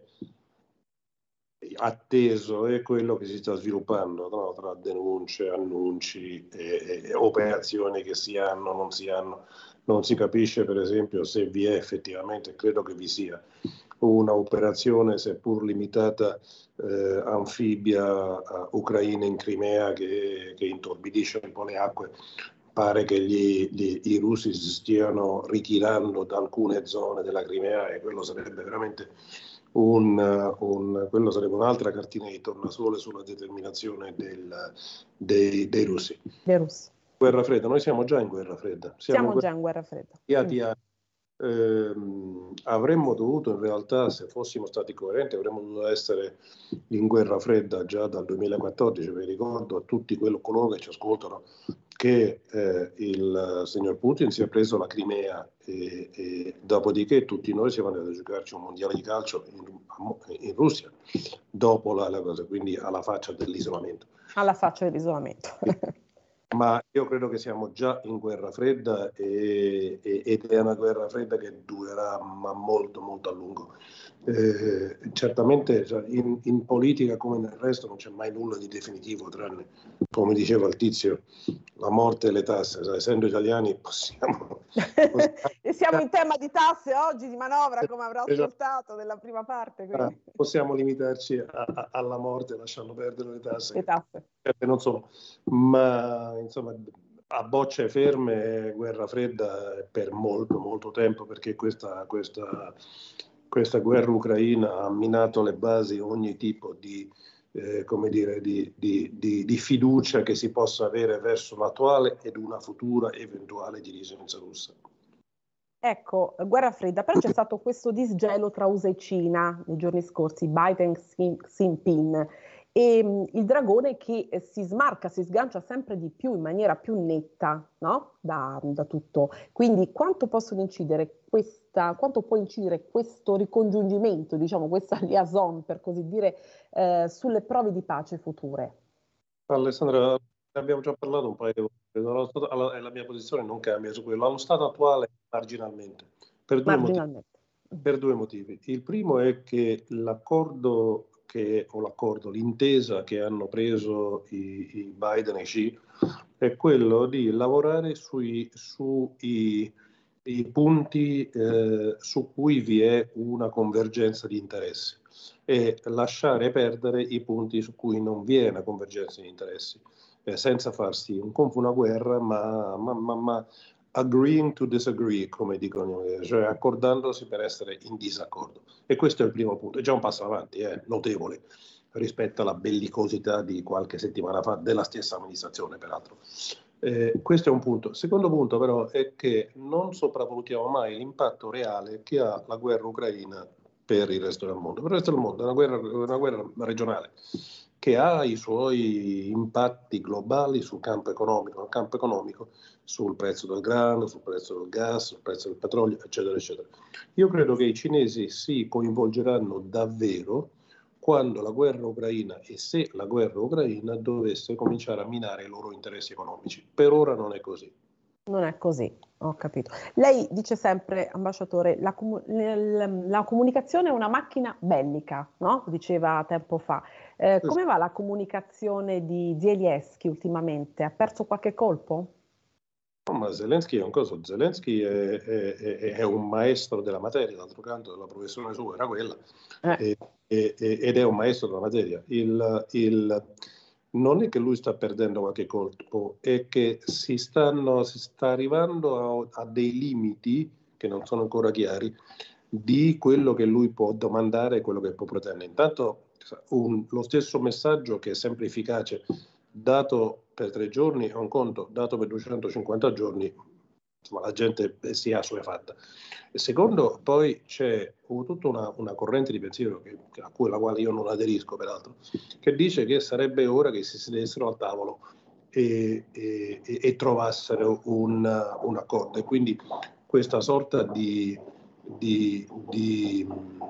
atteso è quello che si sta sviluppando, no? Tra denunce, annunci e, e operazioni che si hanno, non si hanno. Non si capisce per esempio se vi è effettivamente, credo che vi sia, una operazione seppur limitata eh, anfibia uh, ucraina in Crimea che, che intorbidisce un po' le acque. Pare che gli, gli, i russi si stiano ritirando da alcune zone della Crimea e quello sarebbe veramente un, un, quello sarebbe un'altra cartina di tornasole sulla determinazione del, dei, dei russi. Dei russi. Guerra fredda, noi siamo già in guerra fredda. Siamo, siamo già in guerra fredda. Mm. Eh, avremmo dovuto in realtà, se fossimo stati coerenti, avremmo dovuto essere in guerra fredda già dal duemilaquattordici. Vi ricordo a tutti quello, coloro che ci ascoltano che eh, il signor Putin si è preso la Crimea e, e dopodiché tutti noi siamo andati a giocarci un mondiale di calcio in, in Russia dopo la, la cosa, quindi alla faccia dell'isolamento. Alla faccia dell'isolamento. Ma io credo che siamo già in guerra fredda e, e, ed è una guerra fredda che durerà ma molto molto a lungo. Eh, certamente in, in politica come nel resto non c'è mai nulla di definitivo, tranne, come diceva il tizio, la morte e le tasse. Sai, essendo italiani possiamo... possiamo... e siamo in tema di tasse oggi, di manovra, come avrò ascoltato nella prima parte. Quindi. Possiamo limitarci a, a, alla morte lasciando perdere le tasse. Le tasse. Che non sono, ma insomma a bocce ferme guerra fredda per molto molto tempo, perché questa, questa, questa guerra ucraina ha minato le basi ogni tipo di, eh, come dire, di, di, di, di fiducia che si possa avere verso l'attuale ed una futura eventuale dirigenza russa. Ecco, guerra fredda, però c'è stato questo disgelo tra U S A e Cina nei giorni scorsi, Biden e Xi Jinping. E um, il dragone che eh, si smarca, si sgancia sempre di più in maniera più netta, no? da, da tutto. Quindi quanto possono incidere questa, quanto può incidere questo ricongiungimento, diciamo, questa liaison, per così dire, eh, sulle prove di pace future? Alessandra, ne abbiamo già parlato un paio di volte, e la mia posizione non cambia su quello. Allo stato attuale, marginalmente, per due, marginalmente. Motivi, per due motivi. Il primo è che l'accordo Che, o l'accordo, l'intesa che hanno preso i, i Biden e Xi è quello di lavorare sui, sui i punti eh, su cui vi è una convergenza di interessi e lasciare perdere i punti su cui non vi è una convergenza di interessi, eh, senza farsi un, una guerra, ma, ma, ma, ma agreeing to disagree, come dicono, cioè accordandosi per essere in disaccordo. E questo è il primo punto, è già un passo avanti, eh, notevole, rispetto alla bellicosità di qualche settimana fa della stessa amministrazione, peraltro. Eh, questo è un punto. Il secondo punto, però, è che non sopravvalutiamo mai l'impatto reale che ha la guerra ucraina per il resto del mondo. Per il resto del mondo è una guerra, una guerra regionale che ha i suoi impatti globali sul campo economico, sul campo economico, sul prezzo del grano, sul prezzo del gas, sul prezzo del petrolio, eccetera, eccetera. Io credo che i cinesi si coinvolgeranno davvero quando la guerra ucraina e se la guerra ucraina dovesse cominciare a minare i loro interessi economici. Per ora non è così. Non è così, ho capito. Lei dice sempre, ambasciatore, la, comu- la comunicazione è una macchina bellica, no? Diceva tempo fa. Eh, come va la comunicazione di Zelensky ultimamente? Ha perso qualche colpo? No, ma Zelensky è un coso, Zelensky è, è, è un maestro della materia, d'altro canto la professione sua era quella, eh. e, e, ed è un maestro della materia. Il, il, non è che lui sta perdendo qualche colpo, è che si, stanno, si sta arrivando a, a dei limiti che non sono ancora chiari di quello che lui può domandare e quello che può pretendere. Intanto un, lo stesso messaggio che è sempre efficace dato per tre giorni è un conto, dato per duecentocinquanta giorni, insomma la gente si è assuefatta. E secondo, poi c'è tutta una, una corrente di pensiero che, a cui alla quale io non aderisco peraltro, che dice che sarebbe ora che si sedessero al tavolo e, e, e trovassero un, un accordo. E quindi questa sorta di, di, di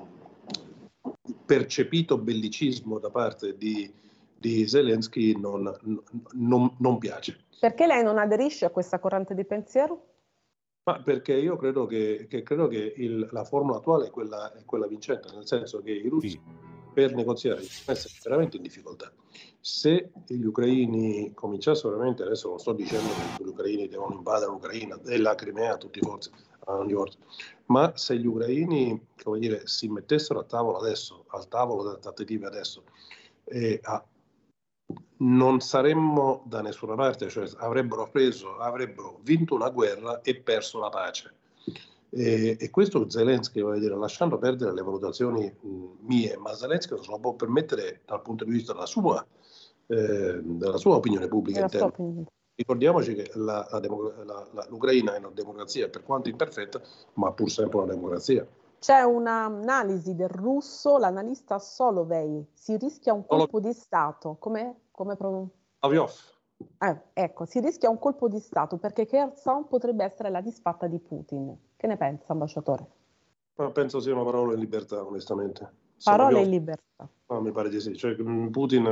percepito bellicismo da parte di di Zelensky non, non, non piace. Perché lei non aderisce a questa corrente di pensiero? Ma perché io credo che, che, credo che il, la formula attuale è quella, è quella vincente, nel senso che i russi, sì, per negoziare devono essere veramente in difficoltà. Se gli ucraini cominciassero veramente, adesso non sto dicendo che gli ucraini devono invadere l'Ucraina e la Crimea a tutti i forzi, a ogni volta, ma se gli ucraini, come dire, si mettessero a tavola adesso, al tavolo delle trattative adesso, e a non saremmo da nessuna parte, cioè avrebbero preso, avrebbero vinto una guerra e perso la pace. E, e questo Zelensky, voglio dire, lasciando perdere le valutazioni mh, mie, ma Zelensky non se lo può permettere dal punto di vista della sua, eh, della sua opinione pubblica interna. Ricordiamoci che la, la democ- la, la, l'Ucraina è una democrazia, per quanto imperfetta, ma pur sempre una democrazia. C'è un'analisi del russo, l'analista Solovey, si rischia un colpo di Stato, come come pro... eh, ecco, si rischia un colpo di Stato perché Kherson potrebbe essere la disfatta di Putin. Che ne pensa, ambasciatore? Ma penso sia una parola in libertà, onestamente. Parola in libertà. No, mi pare di sì. Cioè, Putin,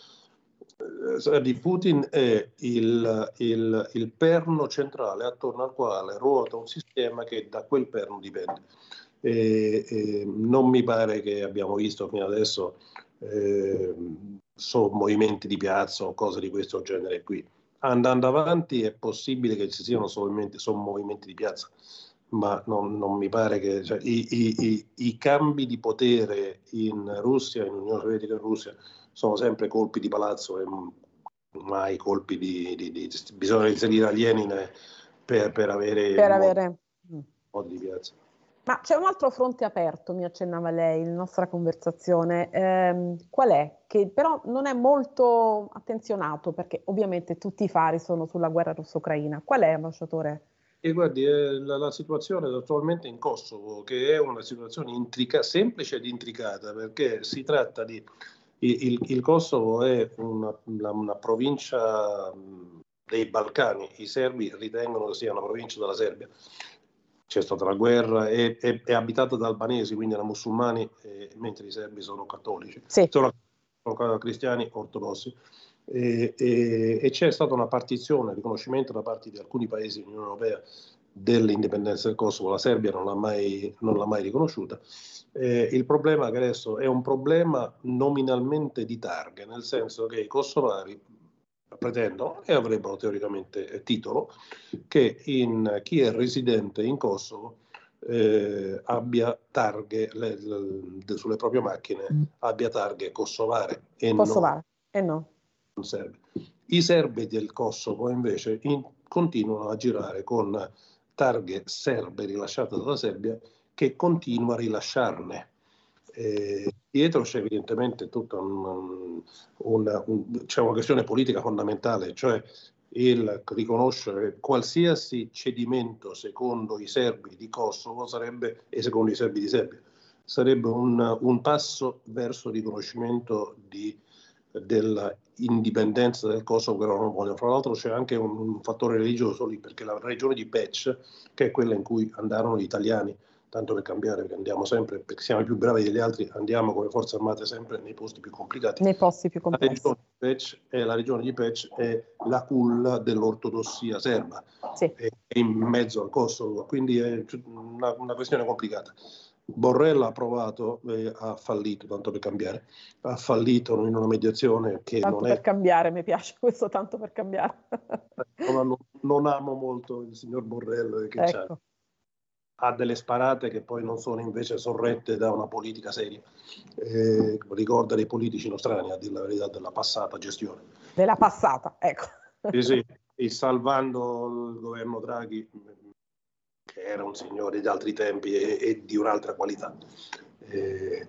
eh, di Putin è il, il, il perno centrale attorno al quale ruota un sistema che da quel perno dipende. E, e non mi pare che abbiamo visto fino adesso eh, sono movimenti di piazza o cose di questo genere qui. Andando avanti è possibile che ci siano solamente sono movimenti di piazza, ma non, non mi pare che cioè, i, i, i, i cambi di potere in Russia, in Unione Sovietica e in Russia sono sempre colpi di palazzo e mai colpi di, di, di, di bisogna inserire Lenin per, per avere per un avere po', po' di piazza. Ma c'è un altro fronte aperto, mi accennava lei in nostra conversazione, ehm, qual è? Che però non è molto attenzionato perché ovviamente tutti i fari sono sulla guerra russo-ucraina. Qual è, ambasciatore? E guardi, è la, la situazione attualmente in Kosovo, che è una situazione intrica, semplice ed intricata, perché si tratta di... Il, il, il Kosovo è una, una, una provincia dei Balcani, i serbi ritengono che sia una provincia della Serbia. C'è stata la guerra, è, è, è abitata da albanesi, quindi da musulmani, eh, mentre i serbi sono cattolici, sì. sono, sono cristiani ortodossi. E, e, e c'è stata una partizione, riconoscimento da parte di alcuni paesi dell'Unione Europea dell'indipendenza del Kosovo. La Serbia non l'ha mai, non l'ha mai riconosciuta. Eh, il problema è che adesso è un problema nominalmente di targhe, nel senso che i kosovari pretendono e avrebbero teoricamente titolo che in, chi è residente in Kosovo eh, abbia targhe le, le, sulle proprie macchine, abbia targhe kosovare e kosovare, e no. non serbe. I serbi del Kosovo invece in, continuano a girare con targhe serbe rilasciate dalla Serbia che continua a rilasciarne. Eh, dietro c'è evidentemente tutta un, un, un, c'è una questione politica fondamentale, cioè il riconoscere qualsiasi cedimento secondo i serbi di Kosovo sarebbe, e secondo i serbi di Serbia, sarebbe un, un passo verso il riconoscimento di, della indipendenza del Kosovo che loro non vogliono. Fra l'altro c'è anche un, un fattore religioso lì, perché la regione di Pec, che è quella in cui andarono gli italiani, tanto per cambiare, perché andiamo sempre, perché siamo i più bravi degli altri, andiamo come forze armate sempre nei posti più complicati. Nei posti più complessi. La regione di Pec è, la regione di Pec è la culla dell'ortodossia serba, sì. È in mezzo al Kosovo, quindi è una, una questione complicata. Borrell ha provato e ha fallito, tanto per cambiare, ha fallito in una mediazione che tanto non per è... cambiare, mi piace questo tanto per cambiare. non, non amo molto il signor Borrell che ecco. c'ha. Ha delle sparate che poi non sono invece sorrette da una politica seria. Eh, ricorda dei politici nostrani, a dire la verità, della passata gestione. Della passata, ecco. Sì, sì, e salvando il governo Draghi, che era un signore di altri tempi e, e di un'altra qualità. Eh,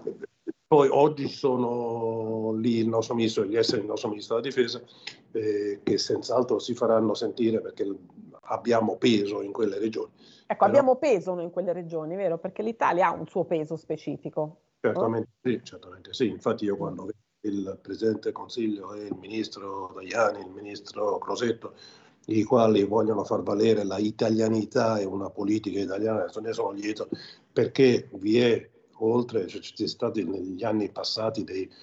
poi oggi sono lì il nostro ministro degli esteri, il nostro ministro della difesa, eh, che senz'altro si faranno sentire perché abbiamo peso in quelle regioni. Ecco, Però, abbiamo peso in quelle regioni, vero? Perché l'Italia ha un suo peso specifico. Certamente no? sì, certamente sì. Infatti io quando vedo il Presidente del Consiglio e il Ministro Tajani, il Ministro Crosetto, i quali vogliono far valere la italianità e una politica italiana, ne sono lieto, perché vi è, oltre, cioè, ci sono stati negli anni passati dei,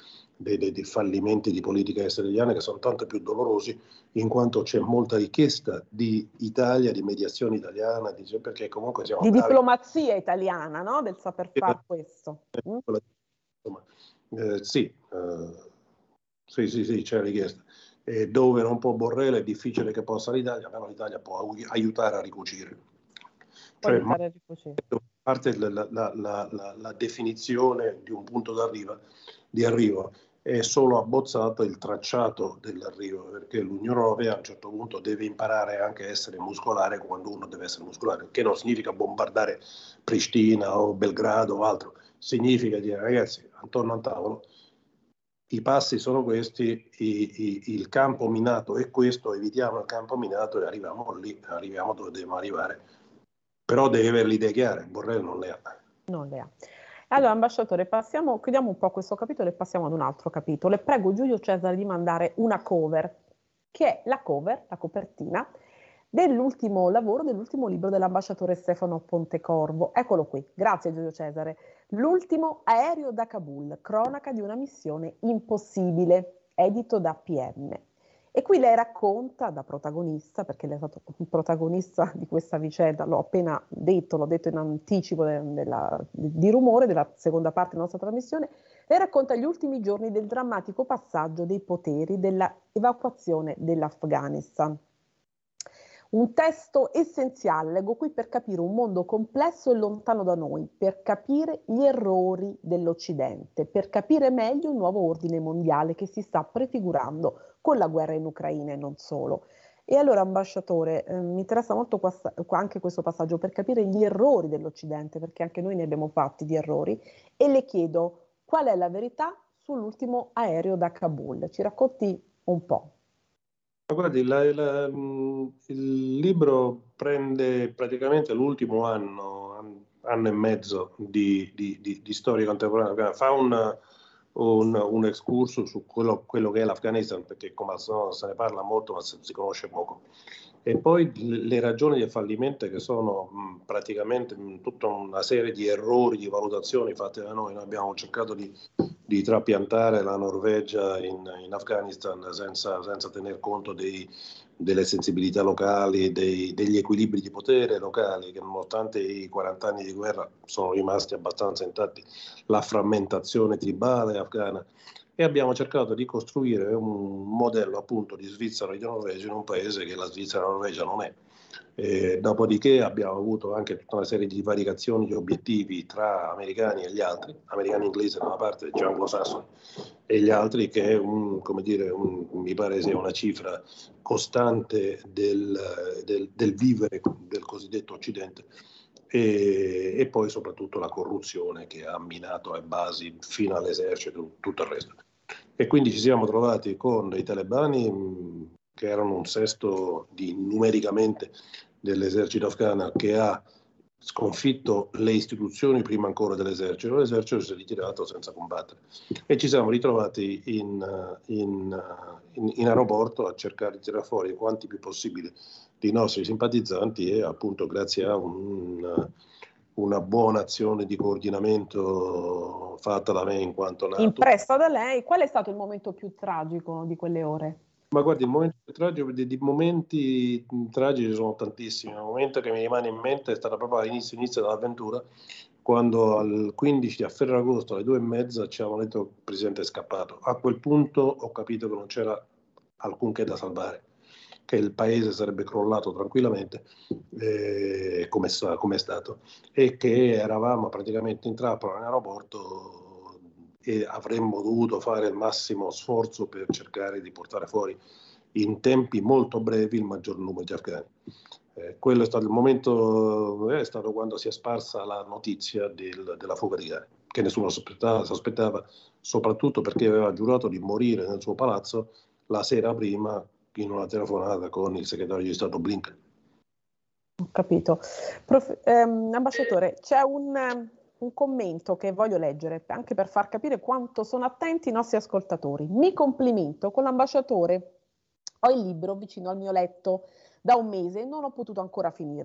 dei, dei, dei fallimenti di politica estera italiana, che sono tanto più dolorosi in quanto c'è molta richiesta di Italia, di mediazione italiana, di, perché comunque siamo di bravi. Diplomazia italiana, no? Del saper fare questo. Mm? Insomma, eh, sì, eh, sì, sì, sì, c'è richiesta. E dove non può Borrell è difficile che possa l'Italia, però l'Italia può aiutare a ricucire. Cioè, aiutare a ricucire. A parte la, la, la, la, la definizione di un punto d'arrivo, di arrivo, è solo abbozzato il tracciato dell'arrivo, perché l'Unione Europea a un certo punto deve imparare anche a essere muscolare quando uno deve essere muscolare, che non significa bombardare Pristina o Belgrado o altro, significa dire ragazzi, attorno al tavolo, i passi sono questi, i, i, il campo minato è questo, evitiamo il campo minato e arriviamo lì, arriviamo dove dobbiamo arrivare. Però deve avere le idee chiare, Borrell non le ha. Non le ha. Allora, ambasciatore, passiamo, chiudiamo un po' questo capitolo e passiamo ad un altro capitolo. E prego Giulio Cesare di mandare una cover, che è la cover, la copertina, dell'ultimo lavoro, dell'ultimo libro dell'ambasciatore Stefano Pontecorvo. Eccolo qui, grazie Giulio Cesare. L'ultimo aereo da Kabul, cronaca di una missione impossibile, edito da P M. E qui lei racconta da protagonista, perché lei è stato il protagonista di questa vicenda, l'ho appena detto, l'ho detto in anticipo de, della, di rumore della seconda parte della nostra trasmissione, lei racconta gli ultimi giorni del drammatico passaggio dei poteri della evacuazione dell'Afghanistan. Un testo essenziale, leggo qui, per capire un mondo complesso e lontano da noi, per capire gli errori dell'Occidente, per capire meglio il nuovo ordine mondiale che si sta prefigurando con la guerra in Ucraina e non solo. E allora, ambasciatore, eh, mi interessa molto questa, anche questo passaggio, per capire gli errori dell'Occidente, perché anche noi ne abbiamo fatti di errori, e le chiedo qual è la verità sull'ultimo aereo da Kabul. Ci racconti un po'. Guardi, la, la, il libro prende praticamente l'ultimo anno, anno e mezzo di, di, di, di storia contemporanea, fa un, un, un excursus su quello, quello che è l'Afghanistan, perché come al solito se ne parla molto ma si, si conosce poco. E poi le ragioni del fallimento, che sono mh, praticamente mh, tutta una serie di errori, di valutazioni fatte da noi. Noi abbiamo cercato di, di trapiantare la Norvegia in, in Afghanistan senza, senza tener conto dei, delle sensibilità locali, dei, degli equilibri di potere locali, che nonostante i quaranta anni di guerra sono rimasti abbastanza intatti, la frammentazione tribale afghana. E abbiamo cercato di costruire un modello appunto di Svizzera e di Norvegia in un paese che la Svizzera e la Norvegia non è. E dopodiché abbiamo avuto anche tutta una serie di variazioni di obiettivi tra americani e gli altri, americani e inglesi da una parte, cioè anglosassoni, e gli altri, che è un, come dire, un, mi pare sia una cifra costante del, del, del vivere del cosiddetto Occidente. E, e poi soprattutto la corruzione che ha minato le basi fino all'esercito, tutto il resto. E quindi ci siamo trovati con dei talebani mh, che erano un sesto di, numericamente dell'esercito afghano, che ha sconfitto le istituzioni prima ancora dell'esercito. L'esercito si è ritirato senza combattere e ci siamo ritrovati in, in, in, in aeroporto a cercare di tirare fuori quanti più possibile dei nostri simpatizzanti, e appunto grazie a un, una buona azione di coordinamento fatta da me in quanto nato. Impressa da lei, qual è stato il momento più tragico di quelle ore? Ma guardi, il momento più tragico, di, di momenti tragici sono tantissimi. Il momento che mi rimane in mente è stato proprio all'inizio inizio dell'avventura, quando al quindici a Ferragosto alle due e mezza ci avevano detto che il presidente è scappato. A quel punto ho capito che non c'era alcunché da salvare, che il paese sarebbe crollato tranquillamente, eh, come, come è stato, e che eravamo praticamente in trappola in aeroporto e avremmo dovuto fare il massimo sforzo per cercare di portare fuori in tempi molto brevi il maggior numero di afghani. Eh, quello è stato il momento, è stato quando si è sparsa la notizia del, della fuga di Ghani, che nessuno sospettava, sospettava, soprattutto perché aveva giurato di morire nel suo palazzo la sera prima in una telefonata con il segretario di Stato Blinken. Ho capito. Prof, ehm, ambasciatore, c'è un, un commento che voglio leggere, anche per far capire quanto sono attenti i nostri ascoltatori. Mi complimento con l'ambasciatore. Ho il libro vicino al mio letto da un mese e non ho potuto ancora finirlo.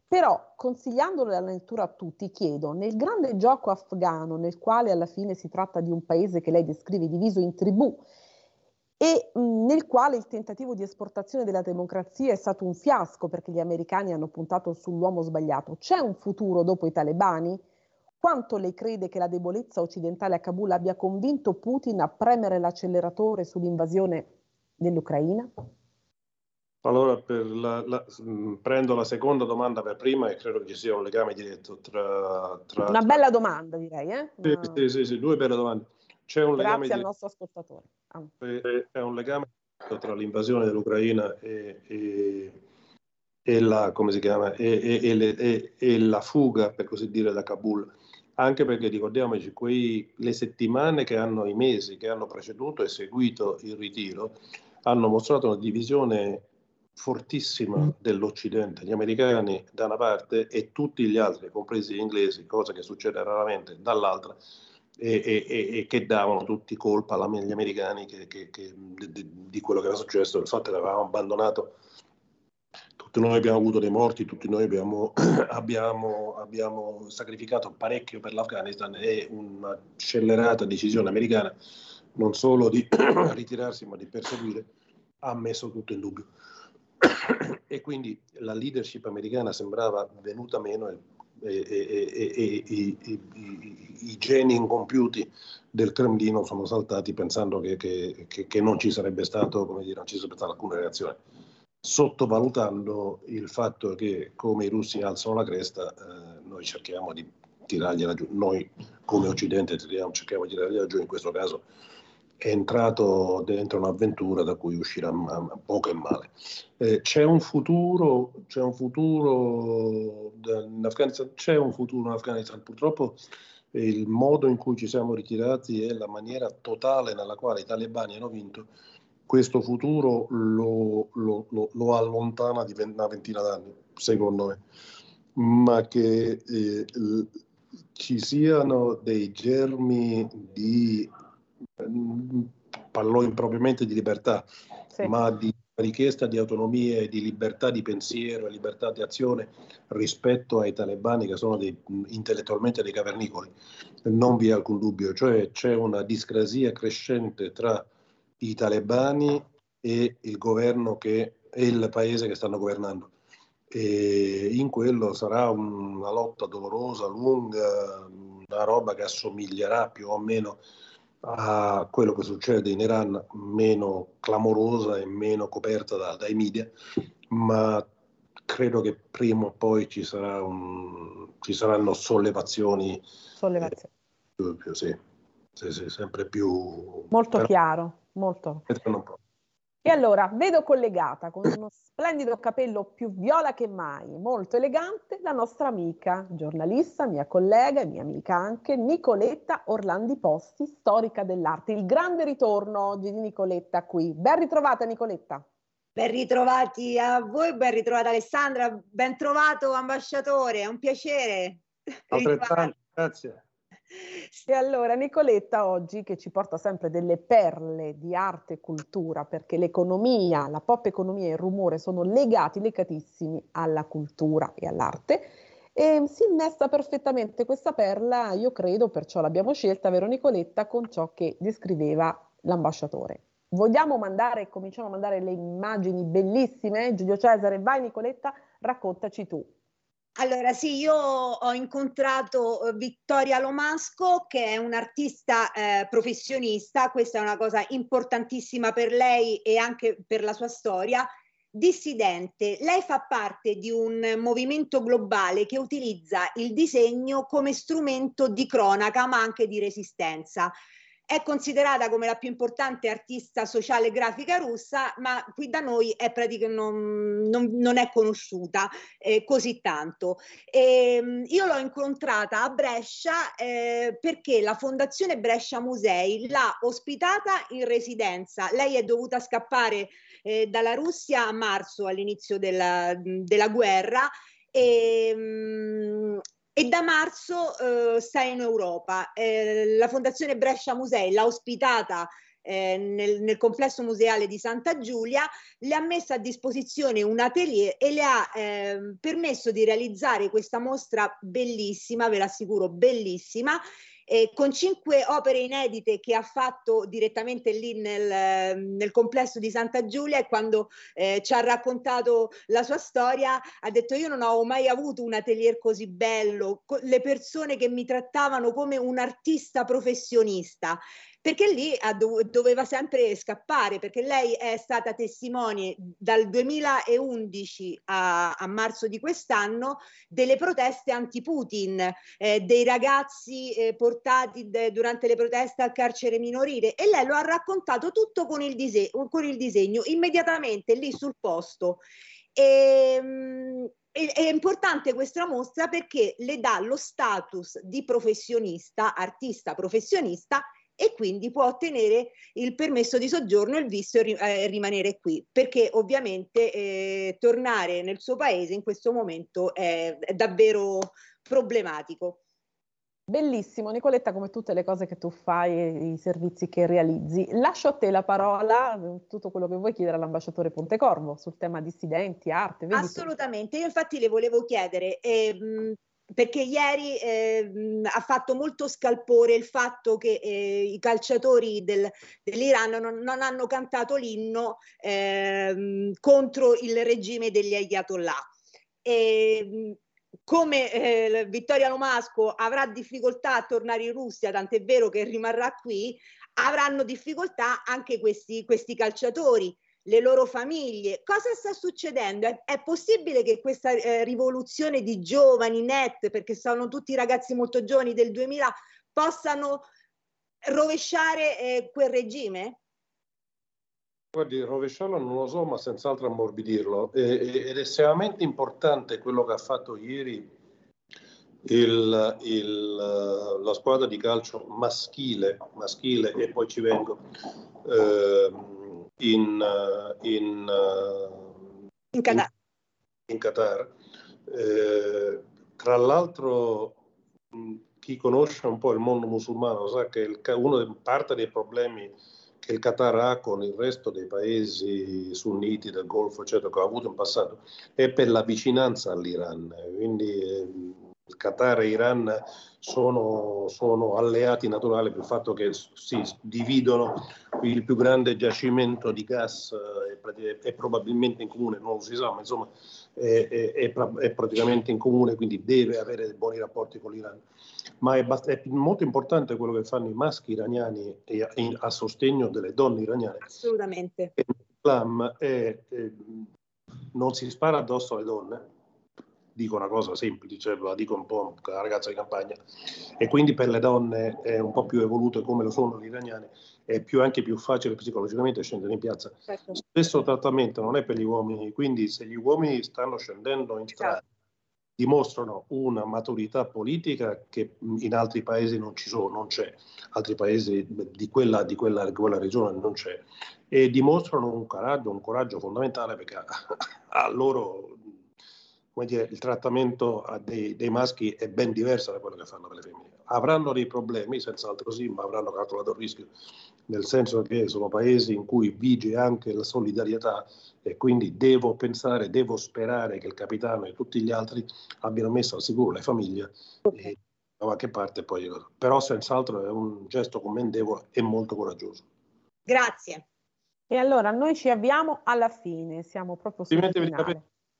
Però, consigliandole la lettura a tutti, chiedo, nel grande gioco afghano, nel quale alla fine si tratta di un paese che lei descrive diviso in tribù, e mh, nel quale il tentativo di esportazione della democrazia è stato un fiasco perché gli americani hanno puntato sull'uomo sbagliato, c'è un futuro dopo i talebani? Quanto lei crede che la debolezza occidentale a Kabul abbia convinto Putin a premere l'acceleratore sull'invasione dell'Ucraina? Allora, per la, la, mh, prendo la seconda domanda per prima e credo che ci sia un legame diretto tra... tra Una tra... bella domanda, direi. Eh? Sì, Una... sì, sì, sì, due belle domande. C'è un legame Grazie al diretto, nostro ascoltatore. Ah. c'è un legame tra l'invasione dell'Ucraina e, e, e, la, come si chiama, e, e, e, le, e, e la fuga, per così dire, da Kabul. Anche perché ricordiamoci, quei, le settimane che hanno, i mesi che hanno preceduto e seguito il ritiro, hanno mostrato una divisione fortissima dell'Occidente, gli americani da una parte e tutti gli altri, compresi gli inglesi, cosa che succede raramente, dall'altra, e, e, e che davano tutti colpa agli americani che, che, che, di, di quello che era successo, del fatto che avevamo abbandonato. Tutti noi abbiamo avuto dei morti, tutti noi abbiamo, abbiamo, abbiamo sacrificato parecchio per l'Afghanistan, e una scellerata decisione americana, non solo di ritirarsi ma di perseguire, ha messo tutto in dubbio. E quindi la leadership americana sembrava venuta meno e, e, e, e, e i, i, i, i geni incompiuti del Cremlino sono saltati pensando che, che, che, che non ci sarebbe stato, come dire, non ci sarebbe stata alcuna reazione, sottovalutando il fatto che, come i russi alzano la cresta, eh, noi cerchiamo di tirargliela giù, noi come Occidente tiriamo, cerchiamo di tirargliela giù. In questo caso è entrato dentro un'avventura da cui uscirà ma, poco e male. Eh, c'è un futuro, c'è un futuro in Afghanistan, c'è un futuro in Afghanistan. Purtroppo eh, il modo in cui ci siamo ritirati e la maniera totale nella quale i talebani hanno vinto, questo futuro lo, lo, lo, lo allontana di una ventina d'anni, secondo me. Ma che eh, l- ci siano dei germi di, parlo impropriamente di libertà, Sì. ma di richiesta di autonomia e di libertà di pensiero e libertà di azione rispetto ai talebani, che sono dei, intellettualmente dei cavernicoli, non vi è alcun dubbio. Cioè c'è una discrasia crescente tra i talebani e il governo che è il paese che stanno governando, e in quello sarà una lotta dolorosa, lunga, una roba che assomiglierà più o meno a quello che succede in Iran, meno clamorosa e meno coperta da, dai media, ma credo che prima o poi ci, sarà un, ci saranno sollevazioni, Sollevazioni. eh, più, più, sì, sì, sì, sempre più... Molto però, chiaro, molto. un po'. E allora, vedo collegata con uno splendido capello più viola che mai, molto elegante, la nostra amica, giornalista, mia collega e mia amica anche, Nicoletta Orlandi Posti, storica dell'arte. Il grande ritorno oggi di Nicoletta qui. Ben ritrovata Nicoletta. Ben ritrovati a voi, ben ritrovata Alessandra, ben trovato ambasciatore, è un piacere. Altrettanto, grazie. E allora Nicoletta oggi, che ci porta sempre delle perle di arte e cultura, perché l'economia, la pop economia e il rumore sono legati, legatissimi alla cultura e all'arte, e si innesta perfettamente questa perla, io credo, perciò l'abbiamo scelta, vero Nicoletta, con ciò che descriveva l'ambasciatore. Vogliamo mandare, cominciamo a mandare le immagini bellissime? Giulio Cesare, vai Nicoletta, raccontaci tu. Allora sì, io ho incontrato Vittoria Lomasco, che è un'artista eh, professionista, questa è una cosa importantissima per lei e anche per la sua storia, dissidente. Lei fa parte di un movimento globale che utilizza il disegno come strumento di cronaca ma anche di resistenza. È considerata come la più importante artista sociale grafica russa, ma qui da noi è praticamente non, non, non è conosciuta eh, così tanto. E, io l'ho incontrata a Brescia eh, perché la Fondazione Brescia Musei l'ha ospitata in residenza. Lei è dovuta scappare eh, dalla Russia a marzo, all'inizio della, della guerra, e, mh, e da marzo eh, sta in Europa. Eh, la Fondazione Brescia Musei l'ha ospitata eh, nel, nel complesso museale di Santa Giulia, le ha messo a disposizione un atelier e le ha eh, permesso di realizzare questa mostra bellissima, ve l'assicuro, bellissima, Eh, con cinque opere inedite che ha fatto direttamente lì nel, nel complesso di Santa Giulia, e quando eh, ci ha raccontato la sua storia ha detto: io non ho mai avuto un atelier così bello, le persone che mi trattavano come un artista professionista, perché lì doveva sempre scappare, perché lei è stata testimone dal duemilaundici a, a marzo di quest'anno delle proteste anti-Putin, eh, dei ragazzi eh, portati de, durante le proteste al carcere minorile, e lei lo ha raccontato tutto con il, dise- con il disegno, immediatamente lì sul posto. E, mh, è importante questa mostra perché le dà lo status di professionista, artista professionista, e quindi può ottenere il permesso di soggiorno, il visto e eh, rimanere qui, perché ovviamente eh, tornare nel suo paese in questo momento è, è davvero problematico. Bellissimo, Nicoletta, come tutte le cose che tu fai e i servizi che realizzi. Lascio a te la parola, tutto quello che vuoi chiedere all'ambasciatore Pontecorvo sul tema dissidenti, arte. Vedi Assolutamente, tu. io infatti le volevo chiedere, eh, perché ieri eh, ha fatto molto scalpore il fatto che eh, i calciatori del, dell'Iran non, non hanno cantato l'inno eh, contro il regime degli Ayatollah. E, come eh, Vittoria Lomasco avrà difficoltà a tornare in Russia, tant'è vero che rimarrà qui, avranno difficoltà anche questi, questi calciatori, le loro famiglie. Cosa sta succedendo? È, è possibile che questa eh, rivoluzione di giovani net, perché sono tutti ragazzi molto giovani del duemila, possano rovesciare eh, quel regime? Guardi, rovesciarlo non lo so, ma senz'altro ammorbidirlo. E, ed è estremamente importante quello che ha fatto ieri il, il, la squadra di calcio maschile, maschile e poi ci vengo, eh, in, in, in Qatar. In, in Qatar. Eh, tra l'altro, chi conosce un po' il mondo musulmano sa che il, uno dei, parte dei problemi che il Qatar ha con il resto dei paesi sunniti del Golfo, eccetera, che ha avuto in passato, è per la vicinanza all'Iran. Quindi eh, il Qatar e l'Iran sono, sono alleati naturali per il fatto che si dividono il più grande giacimento di gas, eh, è probabilmente in comune, non lo si sa, ma insomma è, è, è, è praticamente in comune, quindi deve avere buoni rapporti con l'Iran. Ma è, è molto importante quello che fanno i maschi iraniani a, a sostegno delle donne iraniane. Assolutamente. L'Islam è, è, non si spara addosso alle donne, dico una cosa semplice, la dico un po' a ragazza di campagna, e quindi per le donne è un po' più evolute come lo sono gli iraniani, è più, anche più facile psicologicamente scendere in piazza. Certo. Stesso trattamento non è per gli uomini, quindi se gli uomini stanno scendendo in strada, esatto, dimostrano una maturità politica che in altri paesi non ci sono, non c'è, altri paesi di quella, di quella, di quella regione non c'è, e dimostrano un coraggio, un coraggio fondamentale, perché a, a loro, come dire, il trattamento dei, dei maschi è ben diverso da quello che fanno per le femmine. Avranno dei problemi, senz'altro sì, ma avranno calcolato il rischio, nel senso che sono paesi in cui vige anche la solidarietà, e quindi devo pensare, devo sperare che il capitano e tutti gli altri abbiano messo al sicuro le famiglie, okay, e da qualche parte poi, però senz'altro è un gesto commendevole e molto coraggioso. Grazie. E allora noi ci avviamo alla fine, siamo proprio sul finale.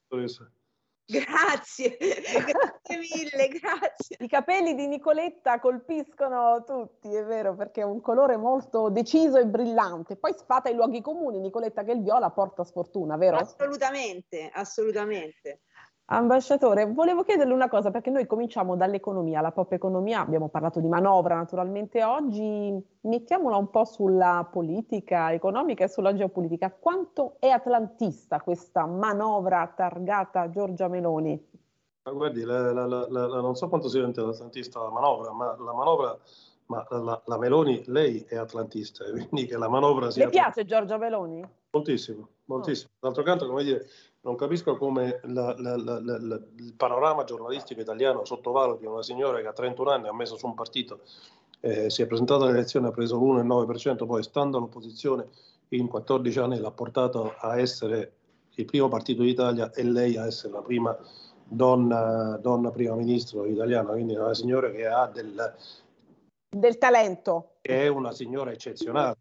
Grazie, grazie mille, grazie. I capelli di Nicoletta colpiscono tutti, è vero, perché è un colore molto deciso e brillante. Poi sfata i luoghi comuni, Nicoletta, che il viola porta sfortuna, vero? Assolutamente, assolutamente. Ambasciatore, volevo chiederle una cosa, perché noi cominciamo dall'economia, la pop economia, abbiamo parlato di manovra naturalmente oggi, mettiamola un po' sulla politica economica e sulla geopolitica. Quanto è atlantista questa manovra targata Giorgia Meloni? Ma guardi, la, la, la, la, non so quanto sia atlantista la manovra, ma la manovra, ma la, la Meloni, lei è atlantista, quindi che la manovra sia... Le piace Giorgia Meloni? Moltissimo, moltissimo. Oh. D'altro canto, come dire, non capisco come la, la, la, la, la, il panorama giornalistico italiano sottovaluti una signora che a trentuno anni ha messo su un partito eh, si è presentato alle elezioni, ha preso l'uno virgola nove per cento, poi stando all'opposizione in quattordici anni l'ha portato a essere il primo partito d'Italia e lei a essere la prima donna, donna prima ministro italiana, quindi una signora che ha del, del talento. È una signora eccezionale,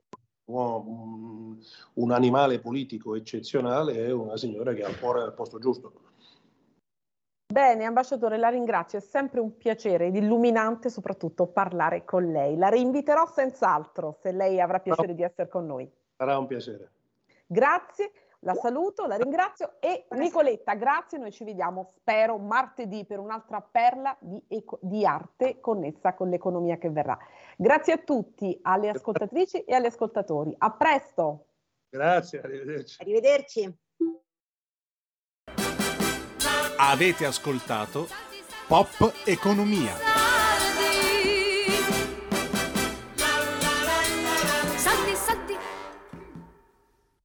un, un animale politico eccezionale, è una signora che ha il cuore al posto giusto. Bene, ambasciatore, la ringrazio, è sempre un piacere ed illuminante soprattutto parlare con lei. La reinviterò senz'altro se lei avrà piacere di essere con noi. Sarà un piacere. Grazie, la saluto, la ringrazio e Nicoletta, grazie, noi ci vediamo spero martedì per un'altra perla di, eco, di arte connessa con l'economia che verrà. Grazie a tutti, alle ascoltatrici e agli ascoltatori. A presto! Grazie, arrivederci. Arrivederci. Avete ascoltato Pop Economia.